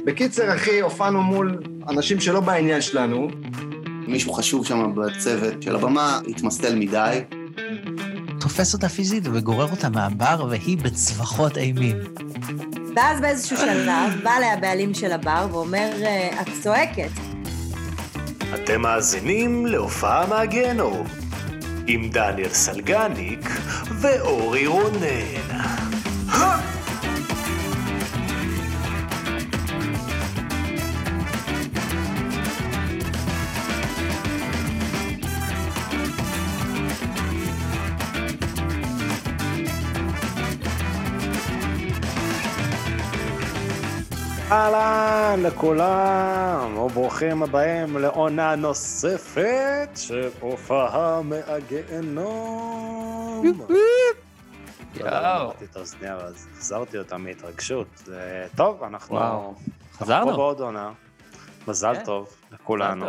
בקיצר, אחי, הופענו מול אנשים שלא בעניין שלנו. מישהו חשוב שם בצוות של הבמה, התמסטל מדי. תופס אותה פיזית וגורר אותה מהבר, והיא בצווחות אימים. ואז באיזשהו שלב, בא לה הבעלים של הבר ואומר, את צועקת. אתם מאזינים להופעה מהגיהנום, עם דניאל סלגניק ואורי רונן. אהלן לכולם, וברוכים הבאים לעונה נוספת של הופעה מהגיהנום. אמרתי את האוזניה, אז חזרתי אותה מהתרגשות. טוב, אנחנו חזרנו בעוד עונה. מזל טוב לכולנו.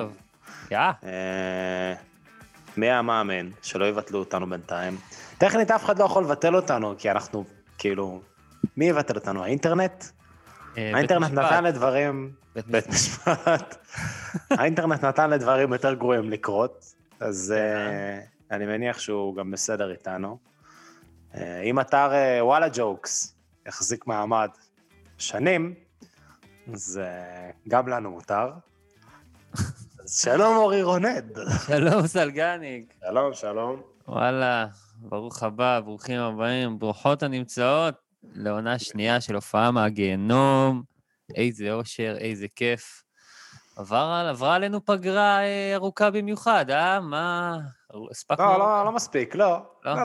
מי המאמן שלא יבטלו אותנו בינתיים? טכנית אף אחד לא יכול לבטל אותנו, כי אנחנו כאילו, מי יבטל אותנו? האינטרנט? האינטרנט נתן לדברים, בית משפט, האינטרנט נתן לדברים יותר גרועים לקרות, אז אני מניח שהוא גם בסדר איתנו. אם אתר וואלה ג'וקס יחזיק מעמד שנים, אז גם לנו מותר. אז שלום אורי רונד. שלום סלגניק. שלום, שלום. וואלה, ברוך הבא, ברוכים הבאים, ברוכות הנמצאות. לעונה שנייה של הופעה מהגיהנום, איזה אושר, איזה כיף. עברה עלינו פגרה ארוכה במיוחד, מה? הספקנו? לא מספיק, לא.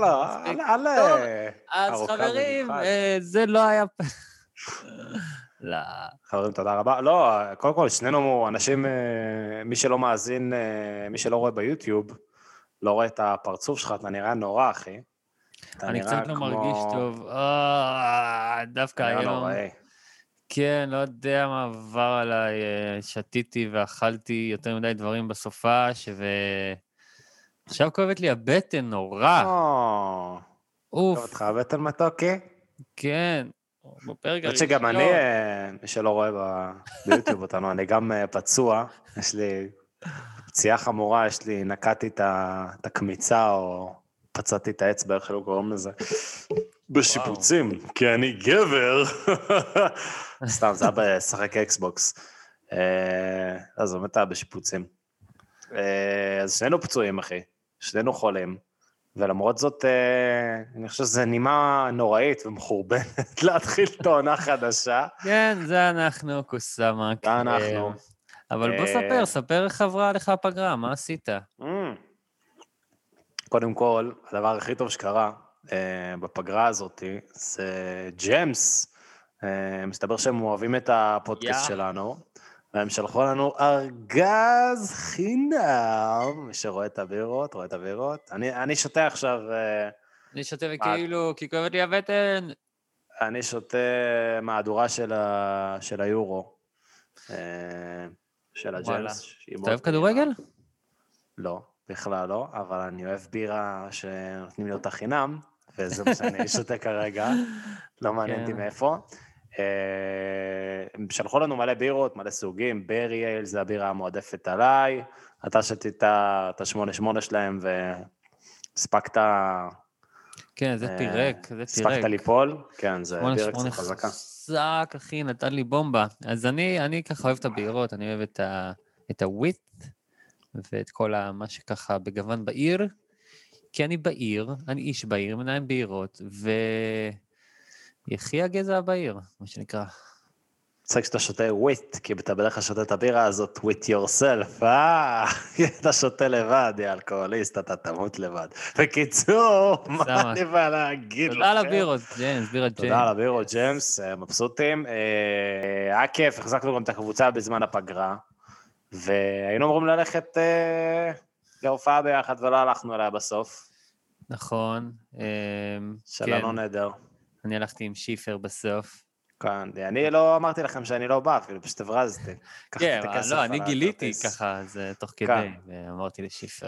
אז חברים, זה לא היה... לא. חברים, תודה רבה. לא, קודם כל, שנינו אנשים, מי שלא מאזין, מי שלא רואה ביוטיוב, לא רואה את הפרצוף שלך, אתה נראה נורא, אחי. אני קצת לא מרגיש טוב, דווקא היום, כן, לא יודע מה עבר עליי, שתיתי ואכלתי יותר מדי דברים בסופש, ועכשיו כואבת לי הבטן נורא. כואבת אותך הבטן מתוקי? כן, בפרק הראשון. שגם אני, מי שלא רואה ביוטיוב אותנו, אני גם פצוע, יש לי פציעה חמורה, נקעתי את הקמיצה או... פצעתי את האצבע, איך שלא קוראים לזה, בשיפוצים, כי אני גבר. סתם, זה היה בשחק אקסבוקס. אז זה באמת היה בשיפוצים. אז שנינו פצועים, אחי. שנינו חולים. ולמרות זאת, אני חושב שזה נימה נוראית ומחורבנת להתחיל את העונה חדשה. כן, זה אנחנו, קוסמק. זה אנחנו. אבל בוא ספר איך עברה לך הפגרה, מה עשית? קודם כל, הדבר הכי טוב שקרה בפגרה הזאת, זה ג'מס. מסתבר שהם אוהבים את הפודקאסט שלנו, והם שלחו לנו ארגז חינם. מי שרואה את הבירות, רואה את הבירות. אני שותה עכשיו... אני שותה וכאילו, כי כואבת לי הבטן. אני שותה מהדורה של היורו, של הג'מס. אתה אוהב כדורגל? לא. בכלל לא, אבל אני אוהב בירה שנותנים לי אותה חינם, וזה מה שאני שותה כרגע, לא מעניין אותי מאיפה. הם שלחו לנו מלא בירות, מלא סוגים, ברי אייל זה הבירה המועדפת עליי, אתה שתית את ה-8-8 שלהם והספקת... כן, זה פירק, הספקת ליפול, כן, זה בירה קצת חזקה. חזק, אחי, נתן לי בומבה. אז אני ככה אוהב את הבירות, אני אוהב את הוויט, ואת כל מה שככה בגוון בעיר, כי אני בעיר, אני איש בעיר, מנהל בעירות, ויחי הגזע בעיר, מה שנקרא. צריך שאתה שותה וויט, כי אתה בדרך כלל שותה את הבירה הזאת, with yourself, אתה שותה לבד, יא אלכוהוליסט, אתה תמות לבד. בקיצור, מה אני בא להגיד לכם? תודה על הבירות, ג'יימס, בירת ג'יימס. תודה על הבירות, ג'יימס, מבסוטים. היה כיף, החזקנו גם את הקבוצה בזמן הפגרה, והיינו אמורים ללכת להופעה ביחד, ולא הלכנו אליה בסוף. נכון. שלנו נהדר. אני הלכתי עם שיפר בסוף. כן, אני לא אמרתי לכם שאני לא בא, אפילו פשוט הברזתי. כן, לא, אני גיליתי ככה, אז תוך כדי, ואמרתי לשיפר.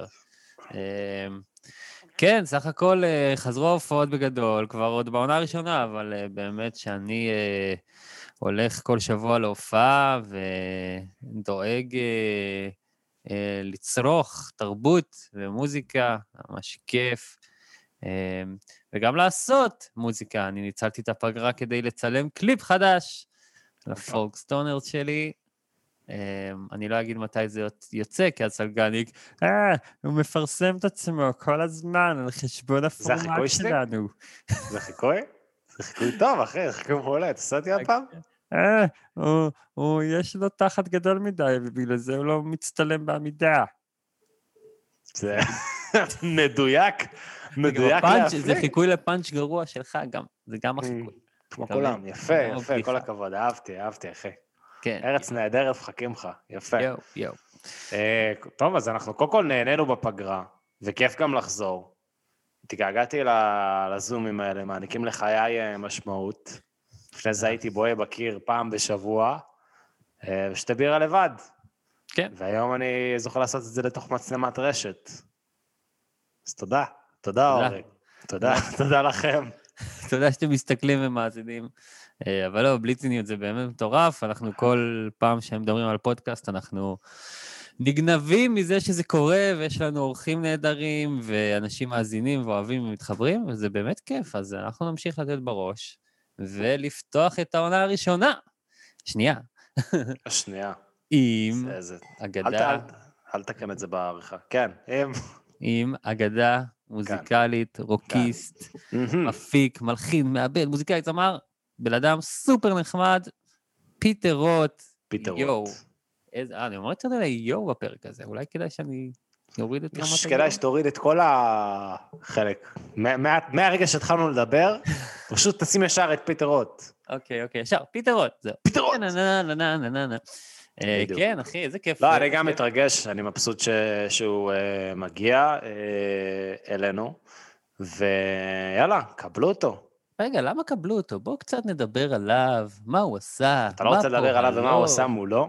כן, סך הכל חזרו ההופעות בגדול, כבר עוד בעונה הראשונה, אבל באמת שאני הולך כל שבוע להופעה ודואג לצרוך תרבות ומוזיקה, ממש כיף. וגם לעשות מוזיקה. אני ניצלתי את הפגרה כדי לצלם קליפ חדש לפולקסטונר שלי. אני לא אגיד מתי זה יוצא, כי הסלגניק, הוא מפרסם את עצמו כל הזמן על חשבון הפורמט שלנו. זה חיקוי? זה חיקוי טוב, אחי, זה חיקוי מעולה, תעשיתי הפעם? יש לו תחת גדול מדי, ובגלל זה הוא לא מצטלם בעמידה. זה מדויק להפליק. זה חיקוי לפאנץ' גרוע שלך, זה גם החיקוי. כמו כולם, יפה, כל הכבוד, אהבתי, אחי. ארץ נהדרת, מחכים לך, יפה. יו. טוב, אז אנחנו קודם כל נהנינו בפגרה, וכיף גם לחזור. התגעגעתי לזומים האלה, מעניקים לחיי משמעות. לפני זה הייתי בואה בקיר פעם בשבוע, ושתי בירה לבד. כן. והיום אני זוכה לעשות את זה לתוך מצלמת רשת. אז תודה אורי. תודה לכם. תודה שאתם מסתכלים ומאזינים. אבל לא, בלי ציניות זה באמת מטורף, אנחנו כל פעם שהם מדברים על פודקאסט, אנחנו נגנבים מזה שזה קורה, ויש לנו אורחים נהדרים, ואנשים מאזינים ואוהבים ומתחברים, וזה באמת כיף, אז אנחנו נמשיך לתת בראש, ולפתוח את העונה הראשונה. השנייה. עם אגדה... אל תקן את זה בעריכה. כן, עם אגדה מוזיקלית, רוקיסט, מפיק, מלחין, מעבד, מוזיקאי, זמר, בן אדם סופר נחמד, פיטר רוט, יו. אני אומר יותר לי יו בפרק הזה, אולי כדאי שאני אוריד את רמת היו? כדאי שתוריד את כל החלק. מהרגע שהתחלנו לדבר, פשוט תשים ישר את פיטר רוט. אוקיי, ישר, פיטר רוט. פיטר רוט! כן, אחי, איזה כיף. לא, אני גם מתרגש, אני מבסוט שהוא מגיע אלינו, ויאללה, קבלו אותו. רגע, למה קבלו אותו? בואו קצת נדבר עליו, מה הוא עשה. אתה לא רוצה לדבר עליו ומה הוא עשה מולו?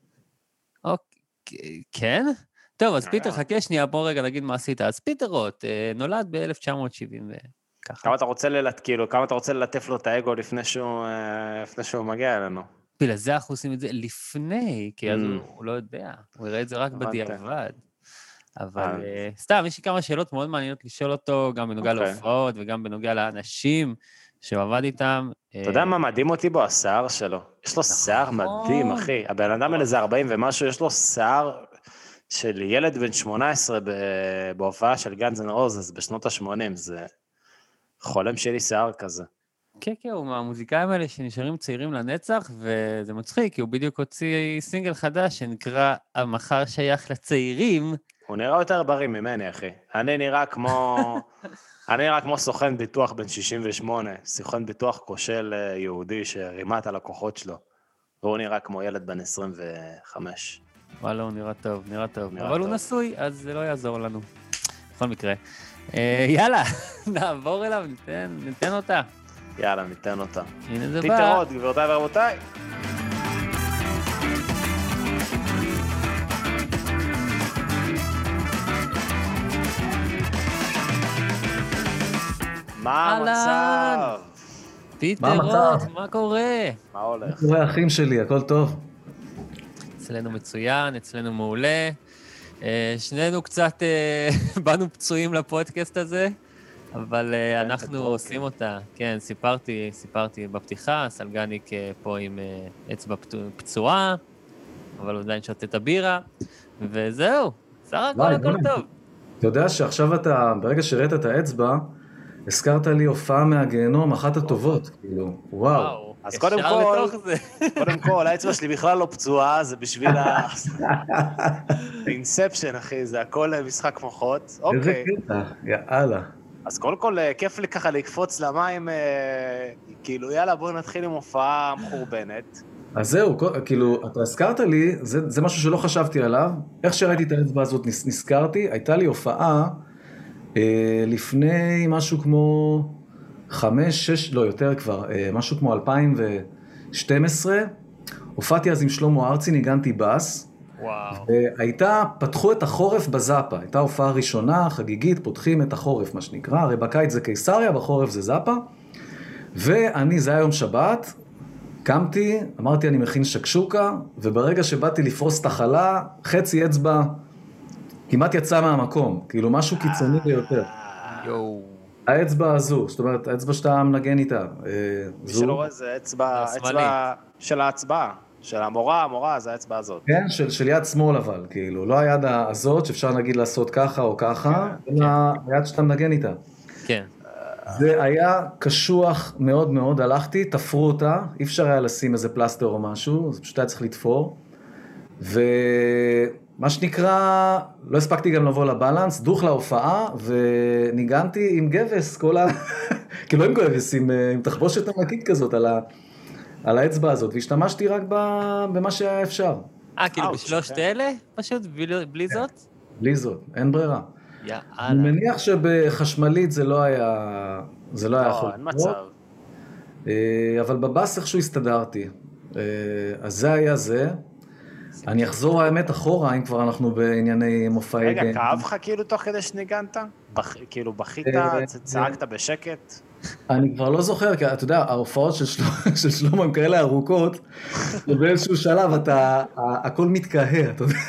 כן? טוב, אז פיטר, חכה שנייה, בוא רגע נגיד מה עשית. אז פיטר רוט נולד ב-1970 וככה. כמה אתה רוצה ללטף לו את האגו לפני שהוא מגיע אלינו? בגלל זה אנחנו עושים את זה לפני, כי אז הוא לא יודע, הוא יראה את זה רק בדיעבד. אבל סתם, יש לי כמה שאלות מאוד מעניינות לשאול אותו, גם בנוגע להופעות וגם בנוגע לאנשים שהוא עבד איתם. אתה יודע מה מדהים אותי בו? השיער שלו. יש לו שיער מדהים, אחי. הבן אדם אלה זה 40 ומשהו, יש לו שיער של ילד בן 18 בהופעה של גאנז אנד רוזס בשנות ה-80. זה חולם שלי שיער כזה. כן, הוא מהמוזיקאים האלה שנשארים צעירים לנצח, וזה מצחיק, כי הוא בדיוק הוציא סינגל חדש שנקרא המחר שייך לצעירים. הוא נראה יותר בריא ממני, אחי. אני נראה כמו סוכן ביטוח בן 68, סוכן ביטוח כושל יהודי שרימה את הלקוחות שלו, והוא נראה כמו ילד בן 25. וואלה, הוא נראה טוב. אבל הוא נשוי, אז זה לא יעזור לנו. בכל מקרה. יאללה, נעבור אליו, ניתן אותה. יאללה, ניתן אותה. הנה זה בא. פיטר רוט, גבירותיי ורבותיי. מה המצב? פיטר רוט, מה קורה? מה הולך? קורה אחים שלי, הכל טוב. אצלנו מצוין, אצלנו מעולה. שנינו קצת באנו פצועים לפודקאסט הזה. אבל אנחנו עושים אותה, כן, סיפרתי בפתיחה, סלגניק פה עם אצבע פצועה, אבל הוא עדיין שותה את הבירה, וזהו, סך הכל טוב. אתה יודע שעכשיו אתה, ברגע שראית את האצבע, הזכרת לי הופעה מהגיהנום, אחת הטובות, כאילו, וואו. אז קודם כל, האצבע שלי בכלל לא פצועה, זה בשביל האינספשן, אחי, זה הכל משחק מוחות. איזה קטע, יאללה. אז קודם כל, כיף לי ככה לקפוץ למים, כאילו, יאללה, בואו נתחיל עם הופעה מחורבנת. אז זהו, כאילו, אתה הזכרת לי, זה משהו שלא חשבתי עליו, איך שראיתי את האצבע הזאת נזכרתי, הייתה לי הופעה לפני משהו כמו 5, 6, לא יותר כבר, משהו כמו 2012, הופעתי אז עם שלמה ארצי, ניגנתי בס, פתחו את החורף בזאפה, הייתה הופעה ראשונה, חגיגית, פותחים את החורף, מה שנקרא, הרי בקיץ זה קיסריה, בחורף זה זאפה, ואני, זה היה יום שבת, קמתי, אמרתי אני מכין שקשוקה, וברגע שבאתי לפרוס את החלה, חצי אצבע כמעט יצא מהמקום, כאילו משהו קיצוני ביותר. יואו. האצבע הזו, זאת אומרת, האצבע שאתה מנגן איתה. מי שלא רואה זה אצבע של ההצבעה, של המורה, זה האצבע הזאת. כן, של יד שמאל אבל, כאילו, לא היד הזאת שאפשר נגיד לעשות ככה או ככה, אלא היד שאתה מנגן איתה. כן. זה היה קשוח מאוד מאוד, הלכתי, תפרו אותה, אי אפשר היה לשים איזה פלסטר או משהו, זה פשוט היה צריך לתפור, ומה שנקרא, לא הספקתי גם לבוא לבלנס, דוך להופעה, וניגנתי עם גבס, כאילו עם גבס, עם תחבושת ענקית כזאת על האצבע הזאת, והשתמשתי רק במה שהיה אפשר. כאילו בשלושת אלה? פשוט בלי זאת? בלי זאת, אין ברירה. יאללה. אני מניח שבחשמלית זה לא היה יכול. אין מצב. אבל בבאס איכשהו הסתדרתי. אז זה היה זה. אני אחזור האמת אחורה, אם כבר אנחנו בענייני מופעי... רגע, כאב לך כאילו תוך כדי שניגנת? כאילו בכית, צעקת בשקט? אני כבר לא זוכר, כי אתה יודע, ההופעות של שלמה הם כאלה ארוכות, ובאיזשהו שלב הכל מתקהה, אתה יודע.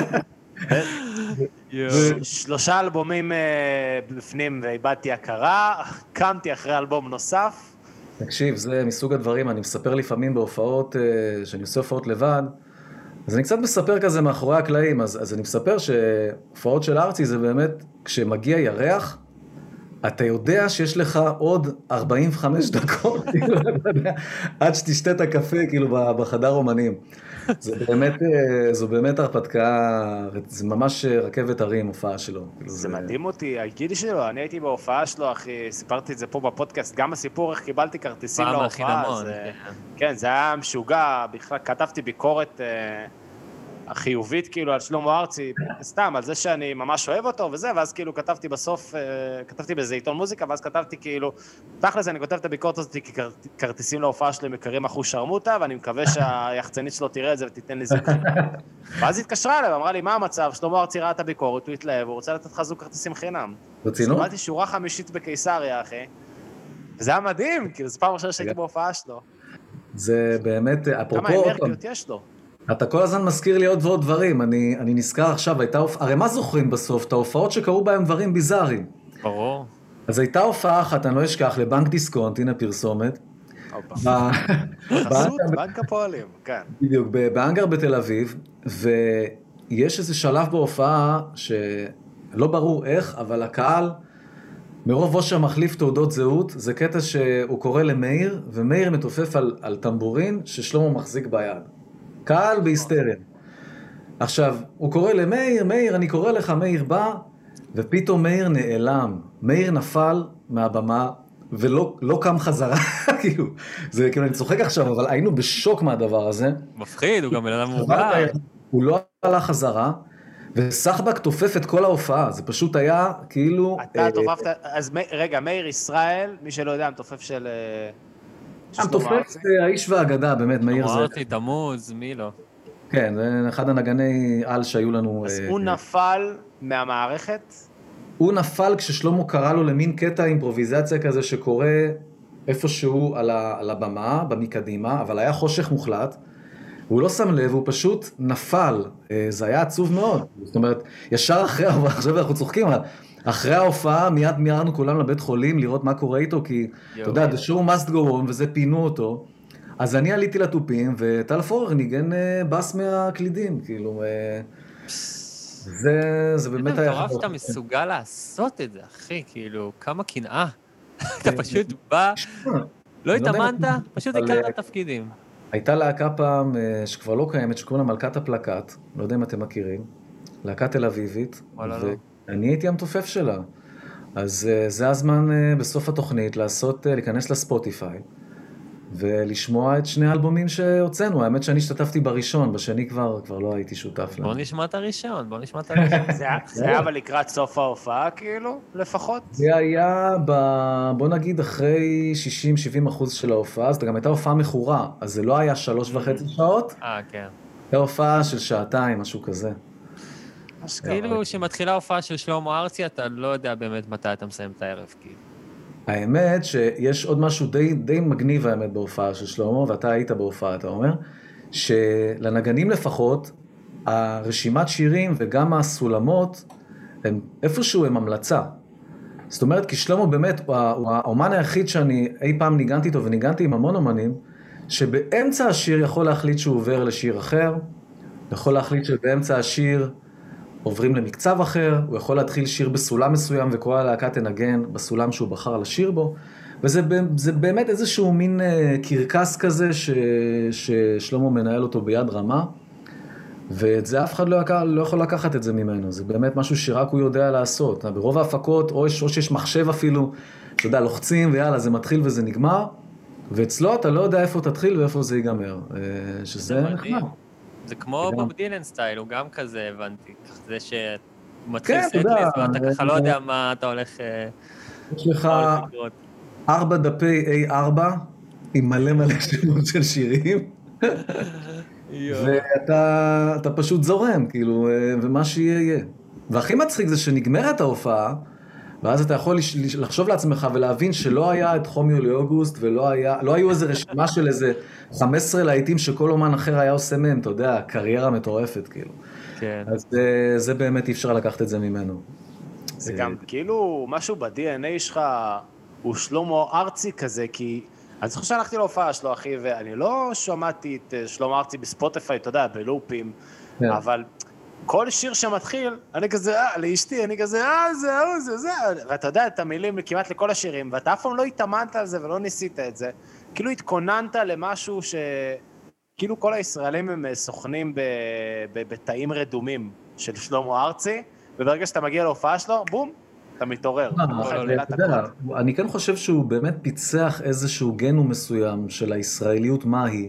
3 אלבומים בפנים ואיבדתי הכרה, קמתי אחרי אלבום נוסף. תקשיב, זה מסוג הדברים, אני מספר לפעמים בהופעות, שאני עושה הופעות לבד, אז אני קצת מספר כזה מאחורי הקלעים, אז אני מספר שהופעות של ארצי זה באמת, כשמגיע ירח, אתה יודע שיש לך עוד 45 דקות, עד שתשתה את הקפה, כאילו, בחדר אומנים. זו באמת הרפתקה, זה ממש רכבת הרים, הופעה שלו. זה מדהים אותי, הגידי שלו, אני הייתי בהופעה שלו, אחי, סיפרתי את זה פה בפודקאסט, גם הסיפור איך קיבלתי כרטיסים להופעה, כן, זה היה משוגע, בכלל כתבתי ביקורת החיובית כאילו על שלמה ארצי, סתם, על זה שאני ממש אוהב אותו וזה, ואז כאילו כתבתי בסוף, כתבתי באיזה עיתון מוזיקה, ואז כתבתי כאילו, תכל'ס אני כותב את הביקורת הזאת, כי כרטיסים להופעה שלי מקרים אחו שרמוטה, ואני מקווה שהיחצנית שלו תראה את זה ותיתן לי זוג. ואז התקשרה אליי, ואמרה לי, מה המצב? שלמה ארצי ראה את הביקורת, הוא התלהב, הוא רוצה לתת לך זוג כרטיסים חינם. רצינות? קיבלתי שורה 5 בקיסריה, אחי. וזה היה מדהים, כאילו, זה פעם ראשונה שהייתי בהופעה שלו. זה באמת, אפרופו... כמה אנרגיות יש לו. אתה כל הזמן מזכיר לי עוד ועוד דברים, אני נזכר עכשיו, הרי מה זוכרים בסוף? את ההופעות שקרו בהם דברים ביזאריים. ברור. אז הייתה הופעה אחת, אני לא אשכח, לבנק דיסקונט, הנה פרסומת. חסות, בנק הפועלים, כן. בדיוק, באנגר בתל אביב, ויש איזה שלב בהופעה, שלא ברור איך, אבל הקהל, מרוב אושר מחליף תעודות זהות, זה קטע שהוא קורא למאיר, ומאיר מתופף על טמבורין ששלמה מחזיק ביד. קהל בהיסטריה. עכשיו, הוא קורא למאיר, מאיר, אני קורא לך, מאיר בא, ופתאום מאיר נעלם. מאיר נפל מהבמה, ולא קם חזרה, כאילו, זה כאילו, אני צוחק עכשיו, אבל היינו בשוק מהדבר הזה. מפחיד, הוא גם בן אדם מורגש. הוא לא עלה חזרה, וסחבק תופף את כל ההופעה, זה פשוט היה כאילו... אתה תופפת, אז רגע, מאיר ישראל, מי שלא יודע, מתופף של... המתופף האיש והאגדה, באמת, מאיר זה... אמרתי, תמוז, מי לא? כן, זה אחד הנגני על שהיו לנו... אז הוא נפל מהמערכת? הוא נפל כששלמה קרא לו למין קטע אימפרוביזציה כזה שקורה איפשהו על הבמה, במקדימה, אבל היה חושך מוחלט, הוא לא שם לב, הוא פשוט נפל, זה היה עצוב מאוד, זאת אומרת, ישר אחרי, עכשיו אנחנו צוחקים, אחרי ההופעה מיד מיהרנו כולם לבית חולים לראות מה קורה איתו, כי אתה יודע, the show must go on, וזה פינו אותו, אז אני עליתי לטופים, וטל פורר ניגן בס מהקלידים, כאילו, זה באמת היה... אתה מטורף שאתה מסוגל לעשות את זה, אחי, כאילו, כמה קנאה. אתה פשוט בא, לא התאמנת, פשוט הקלת תפקידים. הייתה להקה פעם שכבר לא קיימת, שקוראים לה מלכת הפלקט, לא יודע אם אתם מכירים, להקה תל אביבית, ואני הייתי המתופף שלה. אז זה הזמן בסוף התוכנית להיכנס לספוטיפיי, ולשמוע את שני האלבומים שהוצאנו. האמת שאני השתתפתי בראשון, בשני כבר לא הייתי שותף. בוא נשמע את הראשון. זה היה אבל לקראת סוף ההופעה כאילו, לפחות? זה היה, בוא נגיד, אחרי 60-70% של ההופעה, אז גם הייתה הופעה מכורה, אז זה לא היה 3.5 שעות. כן. הייתה הופעה של שעתיים, משהו כזה. כאילו שמתחילה הופעה של שלמה ארצי, אתה לא יודע באמת מתי אתה מסיים את הערב, כאילו. האמת שיש עוד משהו די מגניב האמת בהופעה של שלמה, ואתה היית בהופעה, אתה אומר, שלנגנים לפחות, הרשימת שירים וגם הסולמות, הם איפשהו הם המלצה. זאת אומרת, כי שלמה באמת, הוא האומן היחיד שאני אי פעם ניגנתי איתו, וניגנתי עם המון אומנים, שבאמצע השיר יכול להחליט שהוא עובר לשיר אחר, יכול להחליט שבאמצע השיר עוברים למקצב אחר, הוא יכול להתחיל שיר בסולם מסוים, וכל הלהקה תנגן בסולם שהוא בחר לשיר בו, וזה באמת איזשהו מין קרקס כזה, ששלמה מנהל אותו ביד רמה, ואת זה אף אחד לא יכול לקחת את זה ממנו, זה באמת משהו שרק הוא יודע לעשות. ברוב ההפקות, או שיש מחשב אפילו, אתה יודע, לוחצים ויאללה, זה מתחיל וזה נגמר, ואצלו אתה לא יודע איפה תתחיל ואיפה זה ייגמר, שזה נחמד. זה כמו בוב דילן סטייל, הוא גם כזה, הבנתי. זה שמתחיל סטליסט, ואתה ככה לא יודע מה אתה הולך... יש לך 4 דפי A4, עם מלא שמות של שירים, ואתה פשוט זורם, כאילו, ומה שיהיה יהיה. והכי מצחיק זה שנגמרת ההופעה, ואז אתה יכול לחשוב לעצמך ולהבין שלא היה את חום יולי אוגוסט, ולא היו איזה רשימה של איזה 15 להיטים שכל אומן אחר היה עושה מהם, אתה יודע, קריירה מטורפת, כאילו. כן. אז זה באמת אי אפשר לקחת את זה ממנו. זה גם כאילו משהו ב-DNA שלך, הוא שלמה ארצי כזה, כי אני זוכר שהלכתי להופעה שלו, אחי, ואני לא שמעתי את שלמה ארצי בספוטיפיי, אתה יודע, בלופים, אבל כל שיר שמתחיל, אני כזה, לאשתי, אני כזה, זה, ואתה יודע את המילים כמעט לכל השירים, ואתה אף פעם לא התאמנת על זה ולא ניסית את זה, כאילו התכוננת למשהו כאילו כל הישראלים הם סוכנים בתאים רדומים של שלמה ארצי, וברגע שאתה מגיע להופעה שלו, בום, אתה מתעורר. אני כן חושב שהוא באמת פיצח איזשהו גנו מסוים של הישראליות מהי,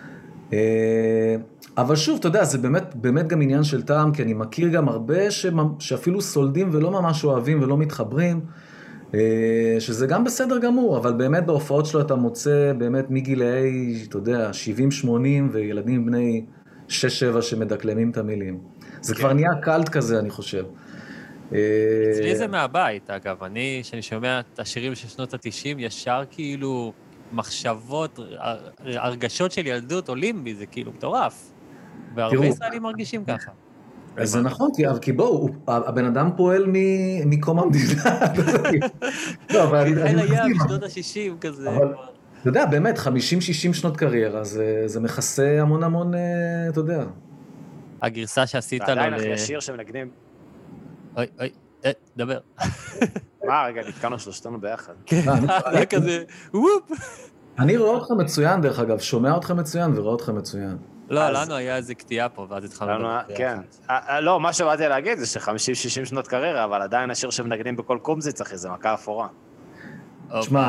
אבל שוב, אתה יודע, זה באמת גם עניין של טעם, כי אני מכיר גם הרבה שאפילו סולדים ולא ממש אוהבים ולא מתחברים, שזה גם בסדר גמור, אבל באמת בהופעות שלו אתה מוצא באמת מגילאי, אתה יודע, 70-80 וילדים בני 6-7 שמדקלמים את המילים. זה כבר נהיה קלט כזה, אני חושב. אצלי זה מהבית, אגב. כשאני שומע את השירים של שנות ה-90, ישר כאילו מחשבות, הרגשות של ילדות עולים בי, זה כאילו מטורף. והרבה ישראלים מרגישים ככה. זה נכון, כי בואו, הבן אדם פועל מקום המדינה. לא, אבל אין היה בשנות ה-60 כזה. אתה יודע, באמת, 50-60 שנות קריירה, זה מכסה המון, אתה יודע. הגרסה שעשית לו... ועדיין אחרי השיר שמנגנים. אוי, דבר. מה, רגע, נתקענו שלושתנו ביחד. כן, היה כזה, וופ. אני רואה אותך מצוין, דרך אגב, שומע אותך מצוין ורואה אותך מצוין. לא, לנו היה איזה קטיעה פה, ואז התחלנו... כן. לא, מה שבאתי להגיד זה ש50-60 שנות קריירה, אבל עדיין השיר שמנגנים בכל קומזיץ, אחי, זה מכה אפורה. תשמע,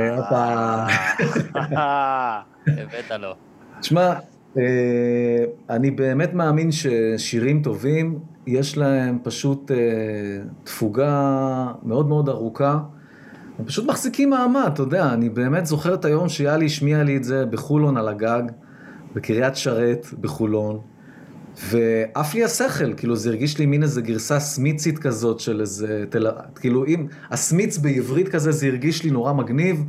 הבאת לו. תשמע, אני באמת מאמין ששירים טובים, יש להם פשוט תפוגה מאוד מאוד ארוכה, הם פשוט מחזיקים מעמד, אתה יודע, אני באמת זוכר את היום שיאלי השמיע לי את זה בחולון על הגג, בקריית שרת, בחולון, ואף לי השכל, כאילו זה הרגיש לי מין איזה גרסה סמיצית כזאת של איזה, כאילו אם הסמיץ בעברית כזה זה הרגיש לי נורא מגניב,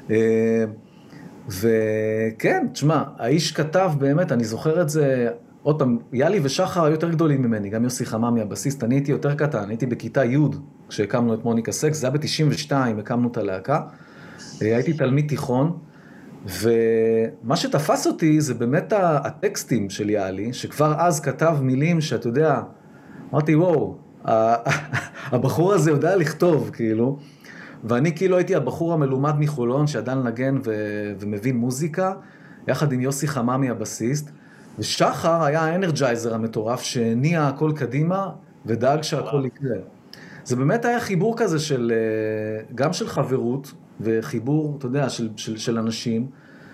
וכן, תשמע, האיש כתב באמת, אני זוכר את זה, עוד פעם, יאלי ושחר היו יותר גדולים ממני, גם יוסי חממי הבסיסט, אני הייתי יותר קטן, הייתי בכיתה י' כשהקמנו את מוניקה סקס, זה היה ב-92, הקמנו את הלהקה, הייתי תלמיד תיכון, ומה שתפס אותי זה באמת הטקסטים של יאלי, שכבר אז כתב מילים שאתה יודע, אמרתי וואו, הבחור הזה יודע לכתוב כאילו, ואני כאילו הייתי הבחור המלומד מחולון שעדיין נגן ומבין מוזיקה, יחד עם יוסי חממי הבסיסט, ושחר היה האנרג'ייזר המטורף שהניע הכל קדימה ודאג שהכל יקרה. זה באמת היה חיבור כזה של, גם של חברות וחיבור, אתה יודע, של אנשים,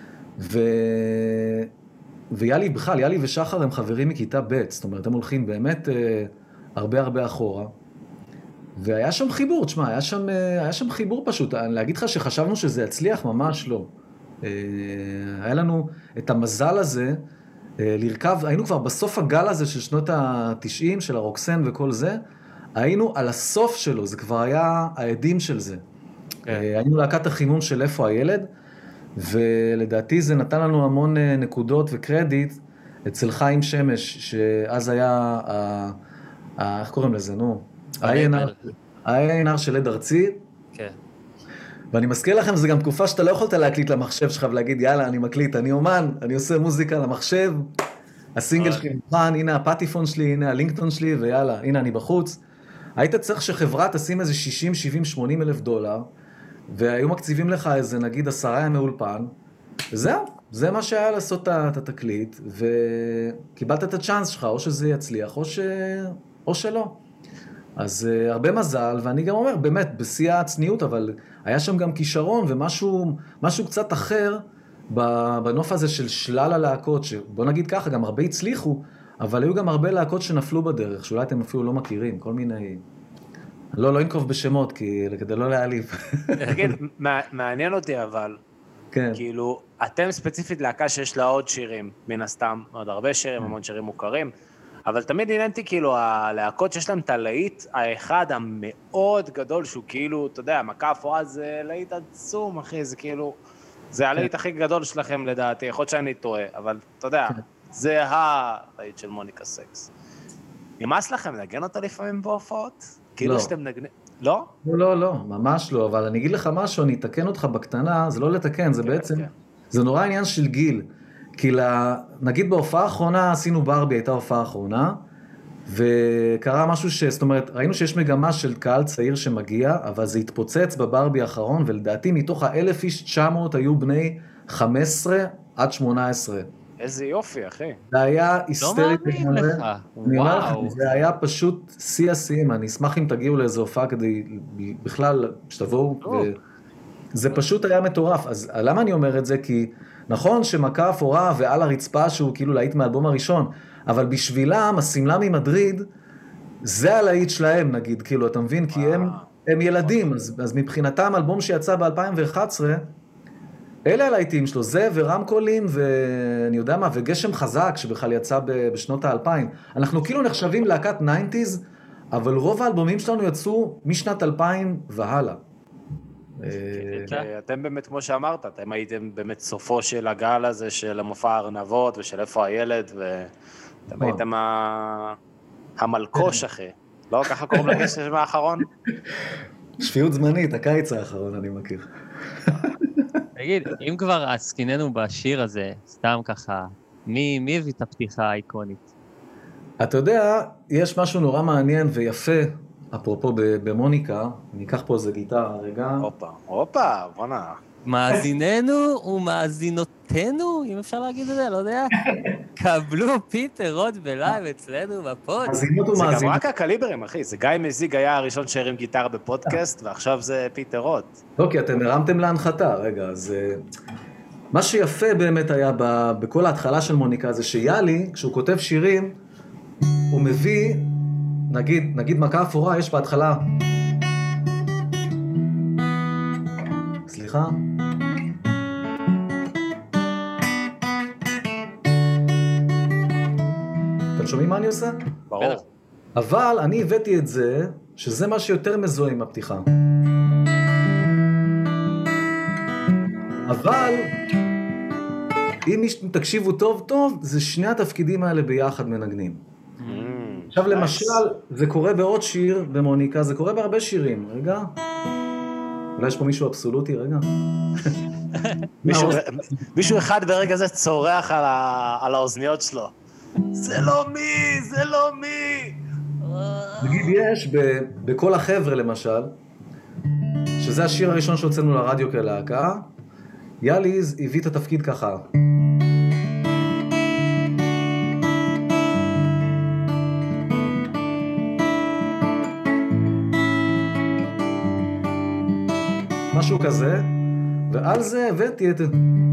ויאלי בכלל, יאלי ושחר הם חברים מכיתה ב', זאת אומרת, הם הולכים באמת הרבה אחורה, והיה שם חיבור, תשמע, היה שם חיבור פשוט, להגיד לך שחשבנו שזה יצליח, ממש לא. היה לנו את המזל הזה, לרכב, היינו כבר בסוף הגל הזה של שנות ה-90, של הרוקסן וכל זה, היינו על הסוף שלו, זה כבר היה העדים של זה. היינו להקת החימום של איפה הילד, ולדעתי זה נתן לנו המון נקודות וקרדיט אצל חיים שמש, שאז היה, איך קוראים לזה, נו? ה-A&R של עד ארצי. כן. ואני מזכיר לכם, זה גם תקופה שאתה לא יכולת להקליט למחשב שלך ולהגיד, יאללה, אני מקליט, אני אומן, אני עושה מוזיקה למחשב, הסינגל שלי מוכן, הנה הפטיפון שלי, הנה הלינקטון שלי, ויאללה, הנה אני בחוץ. היית צריך שחברה תשים איזה 60, 70, 80 אלף דולר, והיו מקציבים לך איזה, נגיד, 10 ימי אולפן, וזהו, זה מה שהיה לעשות את התקליט, וקיבלת את הצ'אנס שלך, או שזה יצליח, או שלא. אז הרבה מזל, ואני גם אומר, באמת, בשיא הצניעות, אבל היה שם גם כישרון, ומשהו קצת אחר, בנוף הזה של שלל הלהקות, שבוא נגיד ככה, גם הרבה הצליחו, אבל היו גם הרבה להקות שנפלו בדרך, שאולי אתם אפילו לא מכירים, כל מיני... לא אנקוב בשמות, כדי לא להעליב. תגיד, מעניין אותי אבל, כאילו, אתם ספציפית להקה שיש לה עוד שירים, מן הסתם, עוד הרבה שירים, המון שירים מוכרים, אבל תמיד עניינתי כאילו, הלהקות שיש להם את הלהיט האחד המאוד גדול, שהוא כאילו, אתה יודע, מכה אפורה זה להיט עצום, אחי, זה כאילו, זה הלהיט הכי גדול שלכם לדעתי, יכול להיות שאני טועה, אבל אתה יודע, זה הלהיט של מוניקה סקס. נמאס לכם לנגן אותו לפעמים בהופעות? כאילו שאתם נגנים... לא? לא, ממש לא, אבל אני אגיד לך משהו, אני אתקן אותך בקטנה, זה לא לתקן, זה בעצם, זה נורא עניין של גיל, כי נגיד בהופעה האחרונה, עשינו ברבי, הייתה הופעה האחרונה, וקרה משהו זאת אומרת, ראינו שיש מגמה של קהל צעיר שמגיע, אבל זה התפוצץ בברבי האחרון, ולדעתי מתוך 1,000 איש 900 היו בני 15 עד 18. איזה יופי, אחי. זה היה היסטרי. לא מאמין לך. אני אומר לך, זה היה פשוט שיא השיאים, אני אשמח אם תגיעו לאיזו הופעה כדי בכלל שתבואו, זה פשוט היה מטורף. אז למה אני אומר את זה? כי נכון שמכה אפורה ועל הרצפה שהוא כאילו להיט מהאלבום הראשון, אבל בשבילם, הסמלה ממדריד, זה הלהיט שלהם נגיד, כאילו, אתה מבין? כי הם ילדים, אז מבחינתם אלבום שיצא ב-2011, אלה הלהיטים שלו, זה ורמקולים ואני יודע מה, וגשם חזק שבכלל יצא בשנות ה-2000. אנחנו כאילו נחשבים להקת 90s, אבל רוב האלבומים שלנו יצאו משנת 2000 והלאה. אתם באמת, כמו שאמרת, אתם הייתם באמת סופו של הגל הזה של המופע הארנבות ושל איפה הילד, ואתם הייתם המלקוש אחי. לא ככה קוראים לגשם האחרון? שפיות זמנית, הקיץ האחרון אני מכיר. תגיד, אם כבר עסקיננו בשיר הזה, סתם ככה, מי הביא את הפתיחה האיקונית? אתה יודע, יש משהו נורא מעניין ויפה, אפרופו במוניקה, אני אקח פה איזה גיטרה רגע. הופה, בוא'נה. מאזיננו ומאזינותינו, אם אפשר להגיד את זה, לא יודע, קבלו פיטר רוט בלייב אצלנו בפוד. מאזינות ומאזינות. זה גם רק הקליברים, אחי, זה גיא מזיג היה הראשון שהרים גיטרה בפודקאסט, ועכשיו זה פיטר רוט. לא, כי אתם הרמתם להנחתה, רגע, אז... מה שיפה באמת היה בכל ההתחלה של מוניקה, זה שיאלי, כשהוא כותב שירים, הוא מביא, נגיד מכה אפורה, יש בהתחלה... סליחה? אתם שומעים מה אני עושה? ברור. אבל אני הבאתי את זה, שזה מה שיותר מזוהה עם הפתיחה. אבל, אם תקשיבו טוב, זה שני התפקידים האלה ביחד מנגנים. עכשיו למשל, זה קורה בעוד שיר במוניקה, זה קורה בהרבה שירים. רגע. אולי יש פה מישהו אבסולוטי, רגע. מישהו אחד ברגע זה צורח על האוזניות שלו. זה לא מי! נגיד יש בכל החבר'ה למשל, שזה השיר הראשון שהוצאנו לרדיו כלהקה, יאליז הביא את התפקיד ככה. משהו כזה, ועל זה הבאתי את...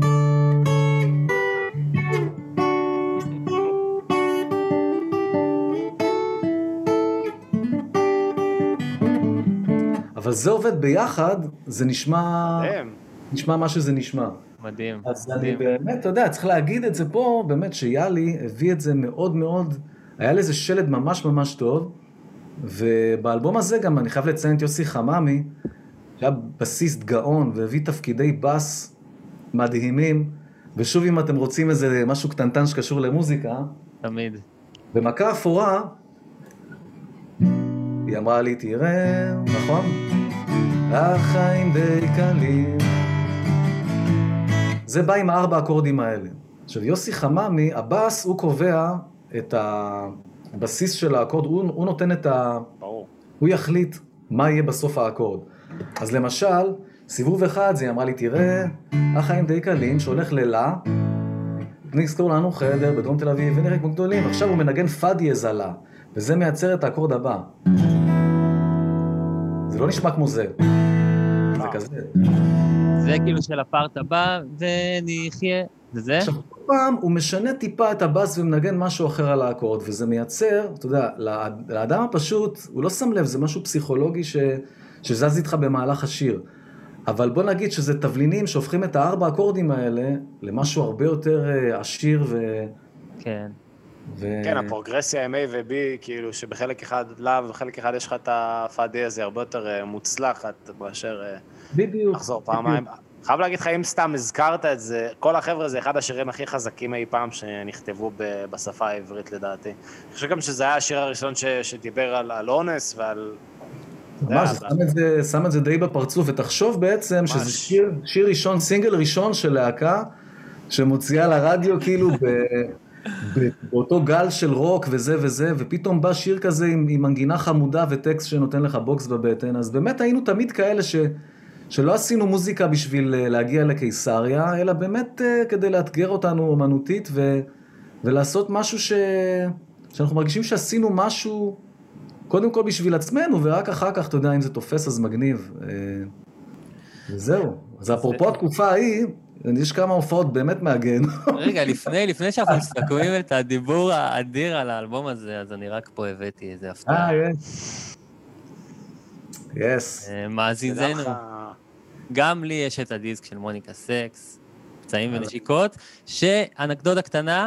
אבל זה עובד ביחד, זה נשמע מה שזה נשמע. מדהים. אז אני באמת, אתה יודע, צריך להגיד את זה פה, באמת שיאלי הביא את זה מאוד מאוד, היה לזה שלד ממש ממש טוב, ובאלבום הזה גם אני חייב לציין את יוסי חממי, שהיה בסיסט גאון והביא תפקידי בס מדהימים, ושוב אם אתם רוצים איזה משהו קטנטן שקשור למוזיקה, תמיד. במכה אפורה, היא אמרה לי, תראה, נכון? החיים די קלים. זה בא עם 4 אקורדים האלה. עכשיו, יוסי חממי, הבאס, הוא קובע את הבסיס של האקורד, הוא נותן את ברור. הוא יחליט מה יהיה בסוף האקורד. אז למשל, סיבוב אחד, זה אמרה לי, תראה, החיים די קלים, שהולך ללה, נזכור לנו חדר בדרום תל אביב, ונראה כמו גדולים. עכשיו הוא מנגן פאדיאז עלה, וזה מייצר את האקורד הבא. זה לא נשמע כמו זה. זה כזה. זה כאילו של הפארט הבא, ונחיה. זה זה? עכשיו, כל פעם הוא משנה טיפה את הבאס ומנגן משהו אחר על האקורד, וזה מייצר, אתה יודע, לאדם הפשוט, הוא לא שם לב, זה משהו פסיכולוגי שזז איתך במהלך השיר. אבל בוא נגיד שזה תבלינים שהופכים את 4 אקורדים האלה למשהו הרבה יותר עשיר כן. כן, הפרוגרסיה עם A ו-B, כאילו שבחלק אחד לאו ובחלק אחד יש לך את הפאדי הזה הרבה יותר מוצלחת מאשר לחזור פעמיים. חייב להגיד לך, אם סתם הזכרת את זה, כל החבר'ה זה אחד השירים הכי חזקים אי פעם שנכתבו בשפה העברית לדעתי. אני חושב גם שזה היה השיר הראשון שדיבר על אונס ועל... ממש, שם את זה די בפרצוף, ותחשוב בעצם שזה שיר ראשון, סינגל ראשון של להקה, שמוציאה לרדיו כאילו באותו גל של רוק וזה וזה, ופתאום בא שיר כזה עם מנגינה חמודה וטקסט שנותן לך בוקס בבטן, אז באמת היינו תמיד כאלה שלא עשינו מוזיקה בשביל להגיע לקיסריה, אלא באמת כדי לאתגר אותנו אומנותית ולעשות משהו שאנחנו מרגישים שעשינו משהו קודם כל בשביל עצמנו, ורק אחר כך, אתה יודע, אם זה תופס, אז מגניב. וזהו. אז אפרופו התקופה ההיא, יש כמה הופעות באמת מהגן. רגע, לפני שאנחנו מסתכלים את הדיבור האדיר על האלבום הזה, אז אני רק פה הבאתי איזה הפתעה. יס. מאזיננו. גם לי יש את הדיסק של מוניקה סקס, פצעים ונשיקות, שאנקדוטה קטנה,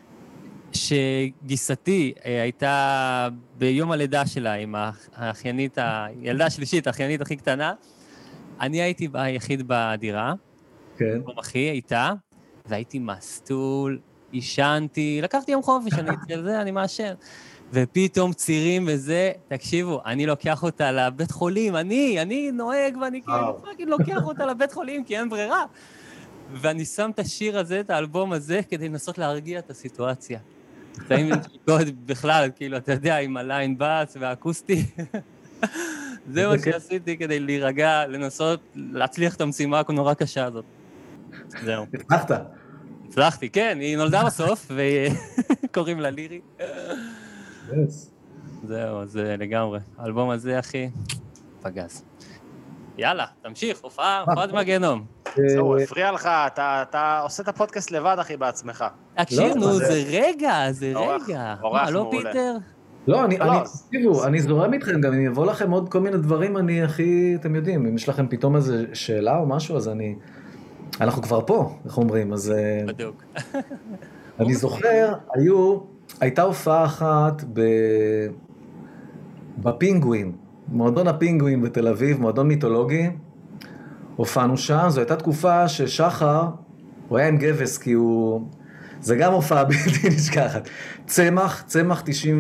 שגיסתי הייתה ביום הלידה שלה עם האחיינית, הילדה השלישית, האחיינית הכי קטנה, אני הייתי היחיד בדירה, כן. אחי איתה, והייתי מסטול, עישנתי, לקחתי יום חופש, אני אצל זה, אני מאשר. ופתאום צירים וזה, תקשיבו, אני לוקח אותה לבית חולים, אני נוהג ואני כאילו לוקח אותה לבית חולים, כי אין ברירה. ואני שם את השיר הזה, את האלבום הזה, כדי לנסות להרגיע את הסיטואציה. קטעים ונשיקות בכלל, כאילו, אתה יודע, עם הליין בס והאקוסטי. זה מה שעשיתי כדי להירגע, לנסות להצליח את המשימה הנורא קשה הזאת. זהו. הצלחתי, כן, היא נולדה בסוף, וקוראים לה לירי. זהו, זה לגמרי. האלבום הזה, אחי, פגז. יאללה, תמשיך, הופעת מהגיהנום. זהו, הפריע לך, אתה עושה את הפודקאסט לבד, אחי, בעצמך. תקשיב, נו, זה רגע. אורח לא מעולה. פיטר? לא, אני זורם איתכם, גם אם יבוא לכם עוד כל מיני דברים, אני הכי, אתם יודעים, אם יש לכם פתאום איזו שאלה או משהו, אז אנחנו כבר פה, איך אומרים, אז... בדיוק. אני זוכר, הייתה הופעה אחת בפינגווין, מועדון הפינגווין בתל אביב, מועדון מיתולוגי, הופענו שם, זו הייתה תקופה ששחר, הוא היה עם גבס, כי זה גם הופעה בלתי נשכחת. צמח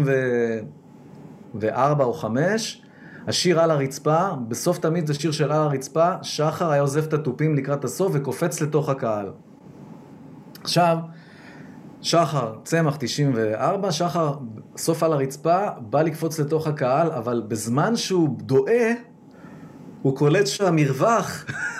94 או 5, השיר על הרצפה, בסוף תמיד זה שיר של על הרצפה, שחר היה עוזב את הטופים לקראת הסוף וקופץ לתוך הקהל. עכשיו, שחר, צמח 94, שחר סוף על הרצפה, בא לקפוץ לתוך הקהל, אבל בזמן שהוא דואה, הוא קולט שהמרווח,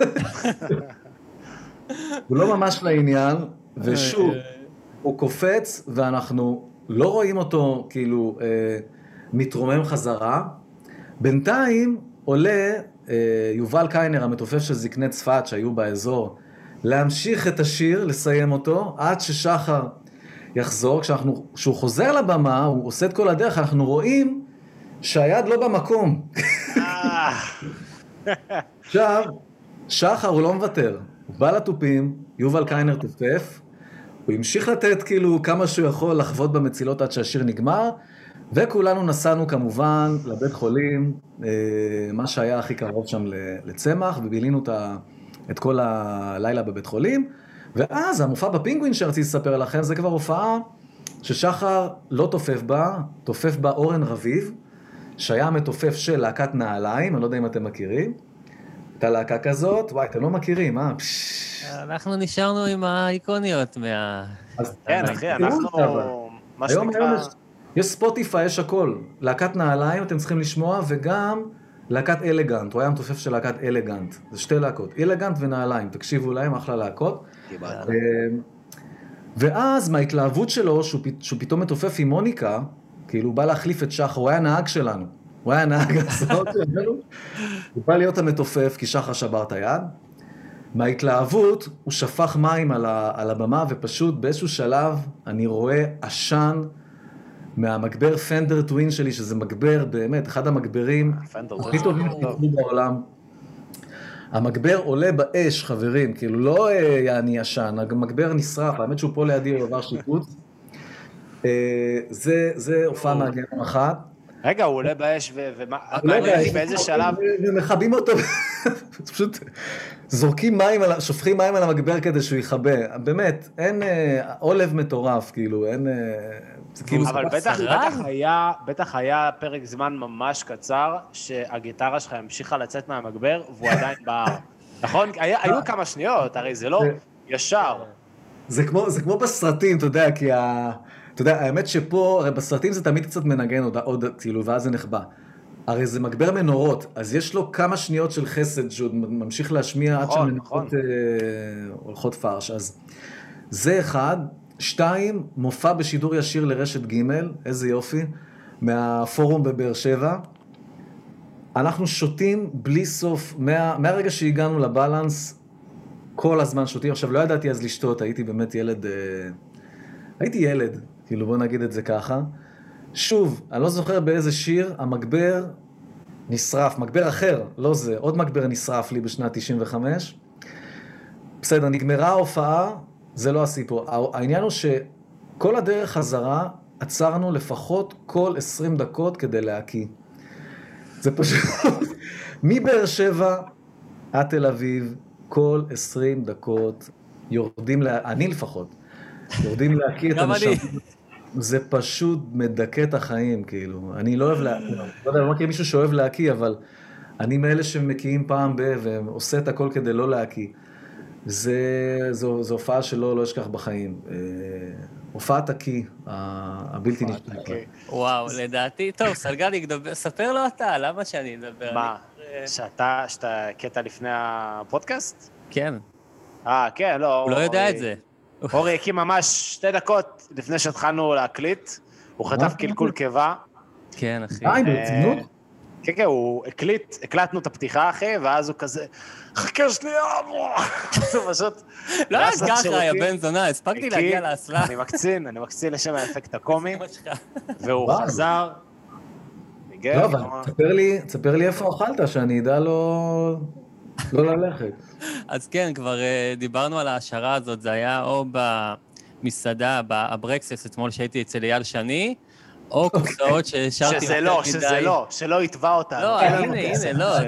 הוא לא ממש לעניין, ושוב, הוא קופץ, ואנחנו לא רואים אותו כאילו מתרומם חזרה. בינתיים עולה יובל קיינר, המתופף של זקני צפת שהיו באזור, להמשיך את השיר, לסיים אותו, עד ששחר יחזור. כשהוא חוזר לבמה, הוא עושה את כל הדרך, אנחנו רואים שהיד לא במקום. עכשיו, שחר הוא לא מוותר, הוא בא לטופים, יובל קיינר תופף, הוא המשיך לתת כאילו כמה שהוא יכול לחוות במצילות עד שהשיר נגמר, וכולנו נסענו כמובן לבית חולים, מה שהיה הכי קרוב שם לצמח, ובילינו את כל הלילה בבית חולים, ואז המופע בפינגווין שרציתי לספר לכם, זה כבר הופעה ששחר לא תופף בה אורן רביב, שהיה מתופף של להקת נעליים, אני לא יודע אם אתם מכירים, הייתה להקה כזאת, וואי, אתם לא מכירים, אנחנו נשארנו עם האיקוניות כן, אחי, אנחנו, מה שנקרא... יש ספוטיפיי, יש הכל. להקת נעליים אתם צריכים לשמוע, וגם להקת אלגנט. הוא היה מתופף של להקת אלגנט. זה שתי להקות. אלגנט ונעליים. תקשיבו להם, אחלה להקות. ואז מההתלהבות שלו, שהוא פתאום מתופף עם מוניקה, כאילו הוא בא להחליף את שחר, הוא היה נהג שלנו. הוא היה נהג הסעות שלנו. הוא בא להיות המתופף, כי שחר שבר את היד. מההתלהבות, הוא שפך מים על הבמה, ופשוט באיזשהו שלב אני רואה עשן, מהמגבר פנדר טווין שלי, שזה מגבר באמת, אחד המגברים הכי טובים בעולם. המגבר עולה באש, חברים, כאילו לא יעני ישן, המגבר נשרף, האמת שהוא פה לידי עבר שיפוץ. זה הופעה מהגיהנום אחת. רגע, הוא עולה באש, באיזה שלב? ומחבים אותו, פשוט זורקים מים, שופכים מים על המגבר כדי שהוא יכבה. באמת, אין עולב מטורף, כאילו, אין... אבל בטח היה פרק זמן ממש קצר, שהגיטרה שלך המשיכה לצאת מהמגבר, והוא עדיין בער. נכון? היו כמה שניות, הרי זה לא ישר. זה כמו בסרטים, אתה יודע, כי אתה יודע, האמת שפה, הרי בסרטים זה תמיד קצת מנגן עוד, כאילו, ואז זה נחבא. הרי זה מגבר מנורות, אז יש לו כמה שניות של חסד שהוא ממשיך להשמיע עד שהמנורות הולכות פרש. אז זה אחד. 2, מופע בשידור ישיר לרשת ג', איזה יופי, מהפורום בבאר שבע. אנחנו שותים בלי סוף, מהרגע שהגענו לבלנס, כל הזמן שותים. עכשיו, לא ידעתי אז לשתות, הייתי באמת ילד, כאילו בוא נגיד את זה ככה. שוב, אני לא זוכר באיזה שיר, המגבר נשרף, מגבר אחר, לא זה, עוד מגבר נשרף לי בשנת 95. בסדר, נגמרה ההופעה, זה לא הסיפור. העניין הוא שכל הדרך חזרה, עצרנו לפחות כל 20 דקות כדי להקיא. זה פשוט... מבאר שבע עד תל אביב, כל 20 דקות יורדים, אני לפחות, יורדים להקיא את אנשים. זה פשוט מדכא את החיים, כאילו. אני לא אוהב להקיא, לא יודע, לא מכיר מישהו שאוהב להקיא, אבל אני מאלה שמקיאים פעם ועושה את הכל כדי לא להקיא. זו הופעה שלא אשכח בחיים. הופעת הקיא, הבלתי נשכח. וואו, לדעתי, טוב, סלגני, ספר לו אתה, למה שאני אדבר? מה? שאתה קטע לפני הפודקאסט? כן. כן, לא. הוא לא יודע את זה. אורי הקים ממש 2 דקות לפני שהתחלנו להקליט, הוא חטף קלקול קיבה. כן, אחי. ברצינות? כן, הוא הקלטנו את הפתיחה, אחי, ואז הוא כזה, חכה שנייה, זה פשוט... לא אז ככה, יא בן זונה, הספקתי להגיע לאסלה. אני מקצין לשם האפקט הקומי, והוא חזר. לא, אבל תספר לי איפה אכלת, שאני אדע לא ללכת. אז כן, כבר דיברנו על ההשערה הזאת, זה היה או במסעדה, הברקסס, אתמול שהייתי אצל אייל שני, או קופסאות שהשארתי... שלא יתבע אותנו. לא, הנה, לא,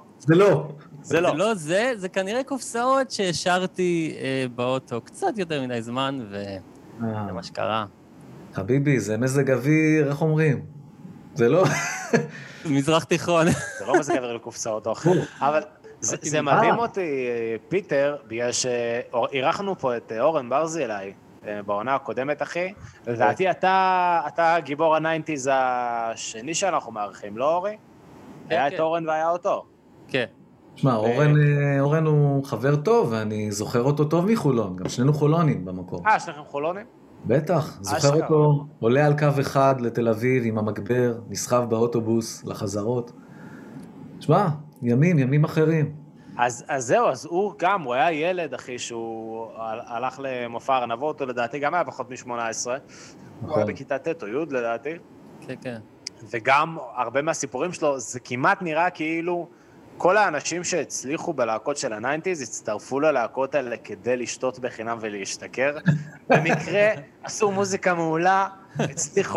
זה לא. זה כנראה קופסאות שהשארתי באוטו קצת יותר מדי זמן, וזה מה שקרה. חביבי, זה מזג אוויר, איך אומרים? זה לא... מזרח תיכון. זה לא מזג אוויר לקופסאות, אבל זה מדהים אותי, פיטר, בגלל שאירחנו פה את אורן ברזילי, בעונה הקודמת, אחי. לדעתי, אתה גיבור ה-90s השני שאנחנו מארחים, לא אורי? היה את אורן והיה אותו. כן. תשמע, אורן הוא חבר טוב, ואני זוכר אותו טוב מחולון, גם שנינו חולונים במקום. שניכם חולונים? בטח, זוכר אותו, עולה על קו אחד לתל אביב עם המגבר, נסחב באוטובוס לחזרות. תשמע, ימים אחרים. אז זהו, אז הוא היה ילד, אחי, שהוא הלך למופע ארנבות, או לדעתי גם היה פחות מ-18, הוא היה בכיתה ט' או י' לדעתי. כן, כן. וגם הרבה מהסיפורים שלו, זה כמעט נראה כאילו כל האנשים שהצליחו בלהקות של ה-90s, הצטרפו ללהקות האלה כדי לשתות בחינם ולהשתכר. במקרה, עשו מוזיקה מעולה, הצליחו,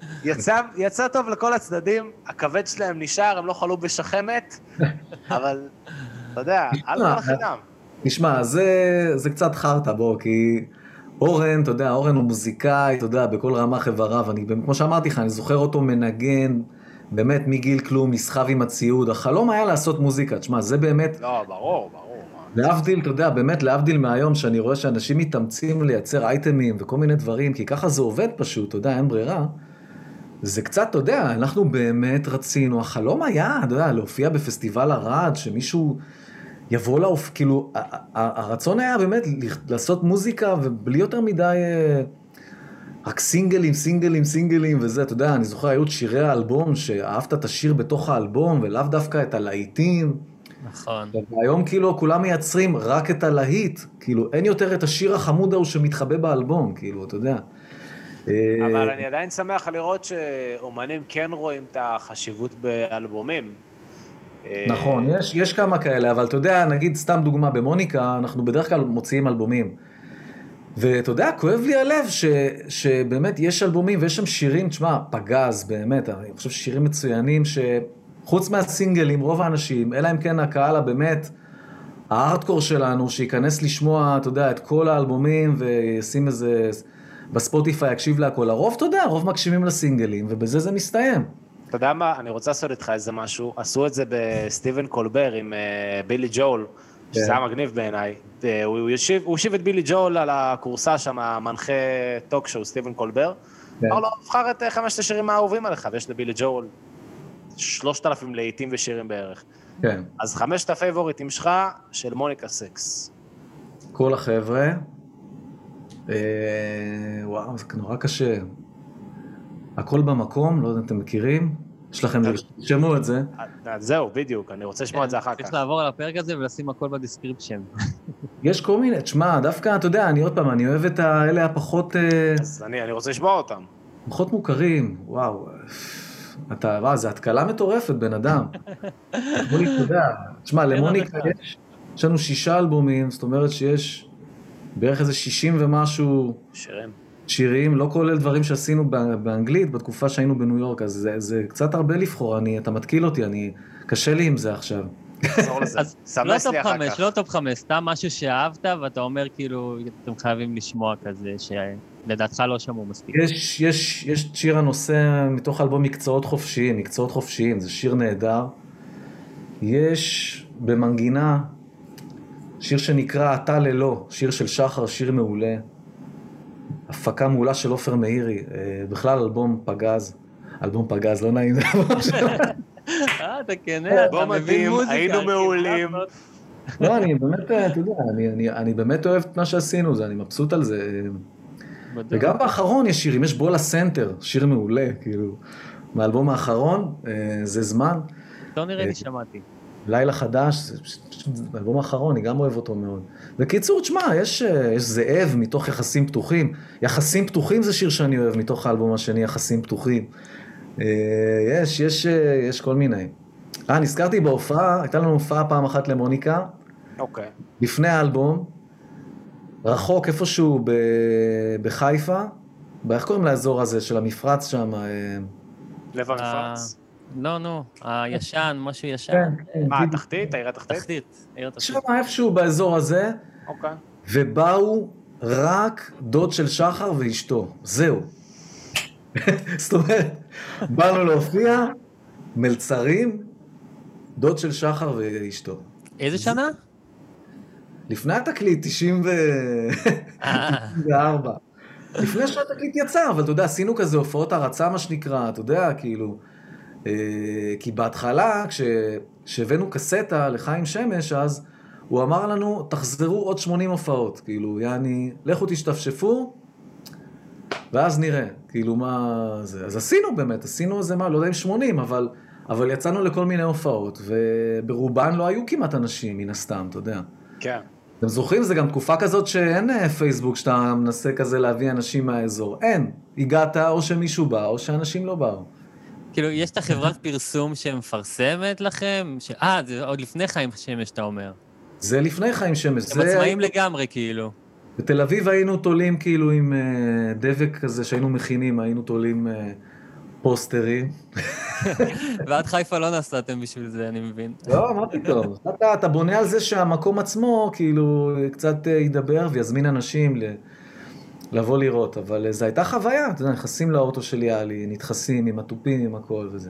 יצא טוב לכל הצדדים, הכבד שלהם נשאר, הם לא חלו בשחמת, אבל, אתה יודע, על כל החינם. תשמע, זה קצת חרטה בו, כי אורן, אתה יודע, אורן הוא מוזיקאי, אתה יודע, בכל רמה חבריו, כמו שאמרתי לך, אני זוכר אותו מנגן, באמת מגיל כלום, נסחב עם הציוד, החלום היה לעשות מוזיקה, תשמע, זה באמת... לא, ברור. להבדיל, אתה יודע, באמת להבדיל מהיום, שאני רואה שאנשים מתאמצים לייצר אייטמים וכל מיני דברים, כי ככה זה עובד פשוט, אתה יודע, אין ברירה. זה קצת, אתה יודע, אנחנו באמת רצינו, החלום היה, אתה יודע, להופיע בפסטיבל הרד, שמישהו יבוא כאילו, הרצון היה באמת לעשות מוזיקה, ובלי יותר מדי, רק סינגלים, וזה, אתה יודע, אני זוכר, היו את שירי האלבום, שאהבת את השיר בתוך האלבום, ולאו דווקא את הלהיטים. נכון. והיום כאילו כולם מייצרים רק את הלהיט, כאילו אין יותר את השיר החמוד ההוא שמתחבא באלבום, כאילו, אתה יודע. אבל אני עדיין שמח לראות שאומנים כן רואים את החשיבות באלבומים. נכון, יש כמה כאלה, אבל אתה יודע, נגיד סתם דוגמה, במוניקה אנחנו בדרך כלל מוציאים אלבומים. ואתה יודע, כואב לי הלב שבאמת יש אלבומים ויש שם שירים, תשמע, פגז באמת, אני חושב שירים מצוינים חוץ מהסינגלים, רוב האנשים, אלא אם כן הקהל באמת, הארדקור שלנו, שייכנס לשמוע, אתה יודע, את כל האלבומים, וישים איזה, בספוטיפיי יקשיב להכל. הרוב, אתה יודע, הרוב מקשיבים לסינגלים, ובזה זה מסתיים. אתה יודע מה, אני רוצה לעשות איתך איזה משהו, עשו את זה בסטיבן קולבר עם בילי ג'ול, שזה היה מגניב בעיניי. הוא הושיב את בילי ג'ול על הקורסה שם, המנחה טוק שואו, סטיבן קולבר, אמר לו, בחר את 5 השירים האהובים עליך, ויש לבילי ג'ול 3,000 להיטים ושירים בערך. כן. אז 5 הפייבוריטים שלך של מוניקה סקס. כל החבר'ה, וואו, זה נורא קשה. הכל במקום, לא יודע אם אתם מכירים, יש לכם לשמוע את זה. זהו, בדיוק, אני רוצה לשמוע את זה אחר כך. צריך לעבור על הפרק הזה ולשים הכל בדיסקריפשן. יש כל מיני, תשמע, דווקא, אתה יודע, עוד פעם, אני אוהב את האלה הפחות... אז אני רוצה לשמוע אותם. פחות מוכרים, וואו. זה התקלה מטורפת, בן אדם. מוניקה, אתה יודע, תשמע, למוניקה יש לנו 6 אלבומים, זאת אומרת שיש בערך איזה 60 ומשהו שירים, לא כולל דברים שעשינו באנגלית, בתקופה שהיינו בניו יורק, אז זה קצת הרבה לבחור, אתה מתקיל אותי, קשה לי עם זה עכשיו. אז לא טופ 5, סתם משהו שאהבת, ואתה אומר כאילו, אתם חייבים לשמוע כזה, שלדעתך לא שמעו מספיק. יש שיר הנושא מתוך אלבום מקצועות חופשיים, זה שיר נהדר. יש במנגינה שיר שנקרא אתה ללא, שיר של שחר, שיר מעולה. הפקה מעולה של עופר מאירי, בכלל אלבום פגז, לא נעים. אתה כן, אתה מבין מוזיקה. היינו מעולים. לא, אני באמת, אתה יודע, אני באמת אוהב את מה שעשינו, אני מבסוט על זה. וגם באחרון יש שירים, יש בול הסנטר, שיר מעולה, כאילו, מהאלבום האחרון, זה זמן. לא נראה לי שמעתי. לילה חדש, זה האלבום האחרון, אני גם אוהב אותו מאוד. בקיצור, תשמע, יש זאב מתוך יחסים פתוחים. יחסים פתוחים זה שיר שאני אוהב מתוך האלבום השני, יחסים פתוחים. יש כל מיני. נזכרתי בהופעה, הייתה לנו הופעה פעם אחת למוניקה. אוקיי. לפני האלבום, רחוק איפשהו בחיפה, איך קוראים לאזור הזה של המפרץ שם? לב המפרץ. לא, הישן, משהו ישן. מה, התחתית? העיר התחתית? תחתית. שם איפשהו באזור הזה, אוקיי. ובאו רק דוד של שחר ואשתו, זהו. זאת אומרת, באנו להופיע, מלצרים, דוד של שחר ואשתו. איזה שנה? לפני התקליט, 94. לפני שהתקליט יצא, אבל אתה יודע, עשינו כזה הופעות הרצה, מה שנקרא, אתה יודע, כאילו, כי בהתחלה, כשהבאנו קסטה לחיים שמש, אז הוא אמר לנו, תחזרו עוד 80 הופעות, כאילו, יעני, לכו תשתפשפו, ואז נראה, כאילו, מה זה. אז עשינו באמת, עשינו איזה מה, לא יודע אם 80, אבל יצאנו לכל מיני הופעות, וברובן לא היו כמעט אנשים, מן הסתם, אתה יודע. כן. אתם זוכרים, זה גם תקופה כזאת שאין פייסבוק, שאתה מנסה כזה להביא אנשים מהאזור. אין, הגעת או שמישהו בא, או שאנשים לא באו. כאילו, יש את החברת פרסום שמפרסמת לכם? זה עוד לפני חיים שמש, אתה אומר. זה לפני חיים שמש. הם עצמאים לגמרי, כאילו. בתל אביב היינו תולים, כאילו, עם דבק כזה שהיינו מכינים, היינו תולים פוסטרים. ועד חיפה לא נסעתם בשביל זה, אני מבין. לא, מה פתאום? אתה בונה על זה שהמקום עצמו, כאילו, קצת ידבר ויזמין אנשים לבוא לראות, אבל זו הייתה חוויה, אתה יודע, נכנסים לאוטו של יאלי, נדחסים עם הטופים, עם הכל וזה.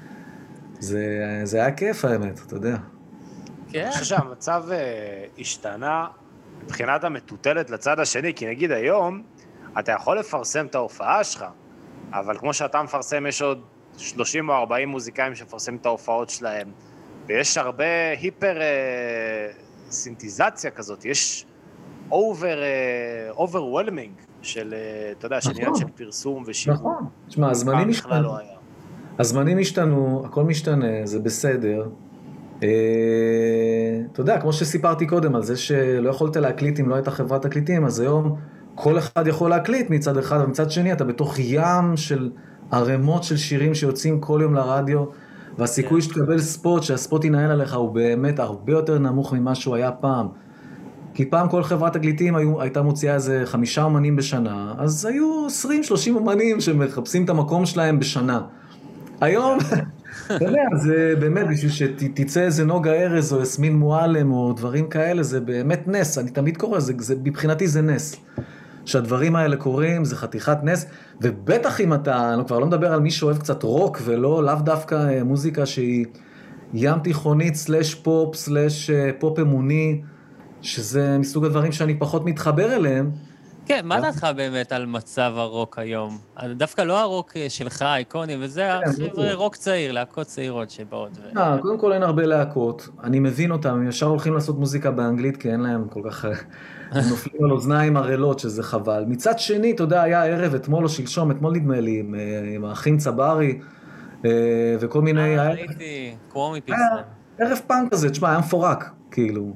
זה היה כיף האמת, אתה יודע. כן. אני חושב שהמצב השתנה מבחינת המטוטלת לצד השני, כי נגיד היום, אתה יכול לפרסם את ההופעה שלך, אבל כמו שאתה מפרסם, יש עוד 30 או 40 מוזיקאים שמפרסם את ההופעות שלהם, ויש הרבה היפר סינתיזציה כזאת, יש overwhelming של, אתה יודע, של עניין של פרסום ושיווק. נכון, תשמע, הזמנים השתנו. הזמנים השתנו, הכל משתנה, זה בסדר. אתה יודע, כמו שסיפרתי קודם, על זה שלא יכולת להקליט אם לא הייתה חברת תקליטים, אז היום כל אחד יכול להקליט מצד אחד, ומצד שני אתה בתוך ים של ערימות של שירים שיוצאים כל יום לרדיו, והסיכוי שתקבל ספוט, שהספוט ינהל עליך, הוא באמת הרבה יותר נמוך ממה שהוא היה פעם. כי פעם כל חברת תקליטים הייתה מוציאה איזה 5 אומנים בשנה, אז היו 20-30 אומנים שמחפשים את המקום שלהם בשנה. היום, אתה יודע, זה באמת בשביל שתצא איזה נוגה ארז או יסמין מועלם או דברים כאלה, זה באמת נס, אני תמיד קורא, מבחינתי זה נס. שהדברים האלה קורים, זה חתיכת נס, ובטח אם אתה, אני כבר לא מדבר על מי שאוהב קצת רוק, ולא לאו דווקא מוזיקה שהיא ים תיכונית, סלש פופ, סלש פופ אמוני, שזה מסוג הדברים שאני פחות מתחבר אליהם. כן, מה דעתך באמת על מצב הרוק היום? דווקא לא הרוק שלך, האיקוני, וזה רוק צעיר, להקות צעירות שבאות. קודם כל אין הרבה להקות, אני מבין אותם, הם ישר הולכים לעשות מוזיקה באנגלית, כי אין להם כל כך, הם נופלים על אוזניים ערלות, שזה חבל. מצד שני, אתה יודע, היה ערב אתמול או שלשום, אתמול נדמה לי, עם האחים צברי, וכל מיני... ראיתי, כמו מפיסטר. ערב פאנק כזה, תשמע, היה מפורק, כאילו.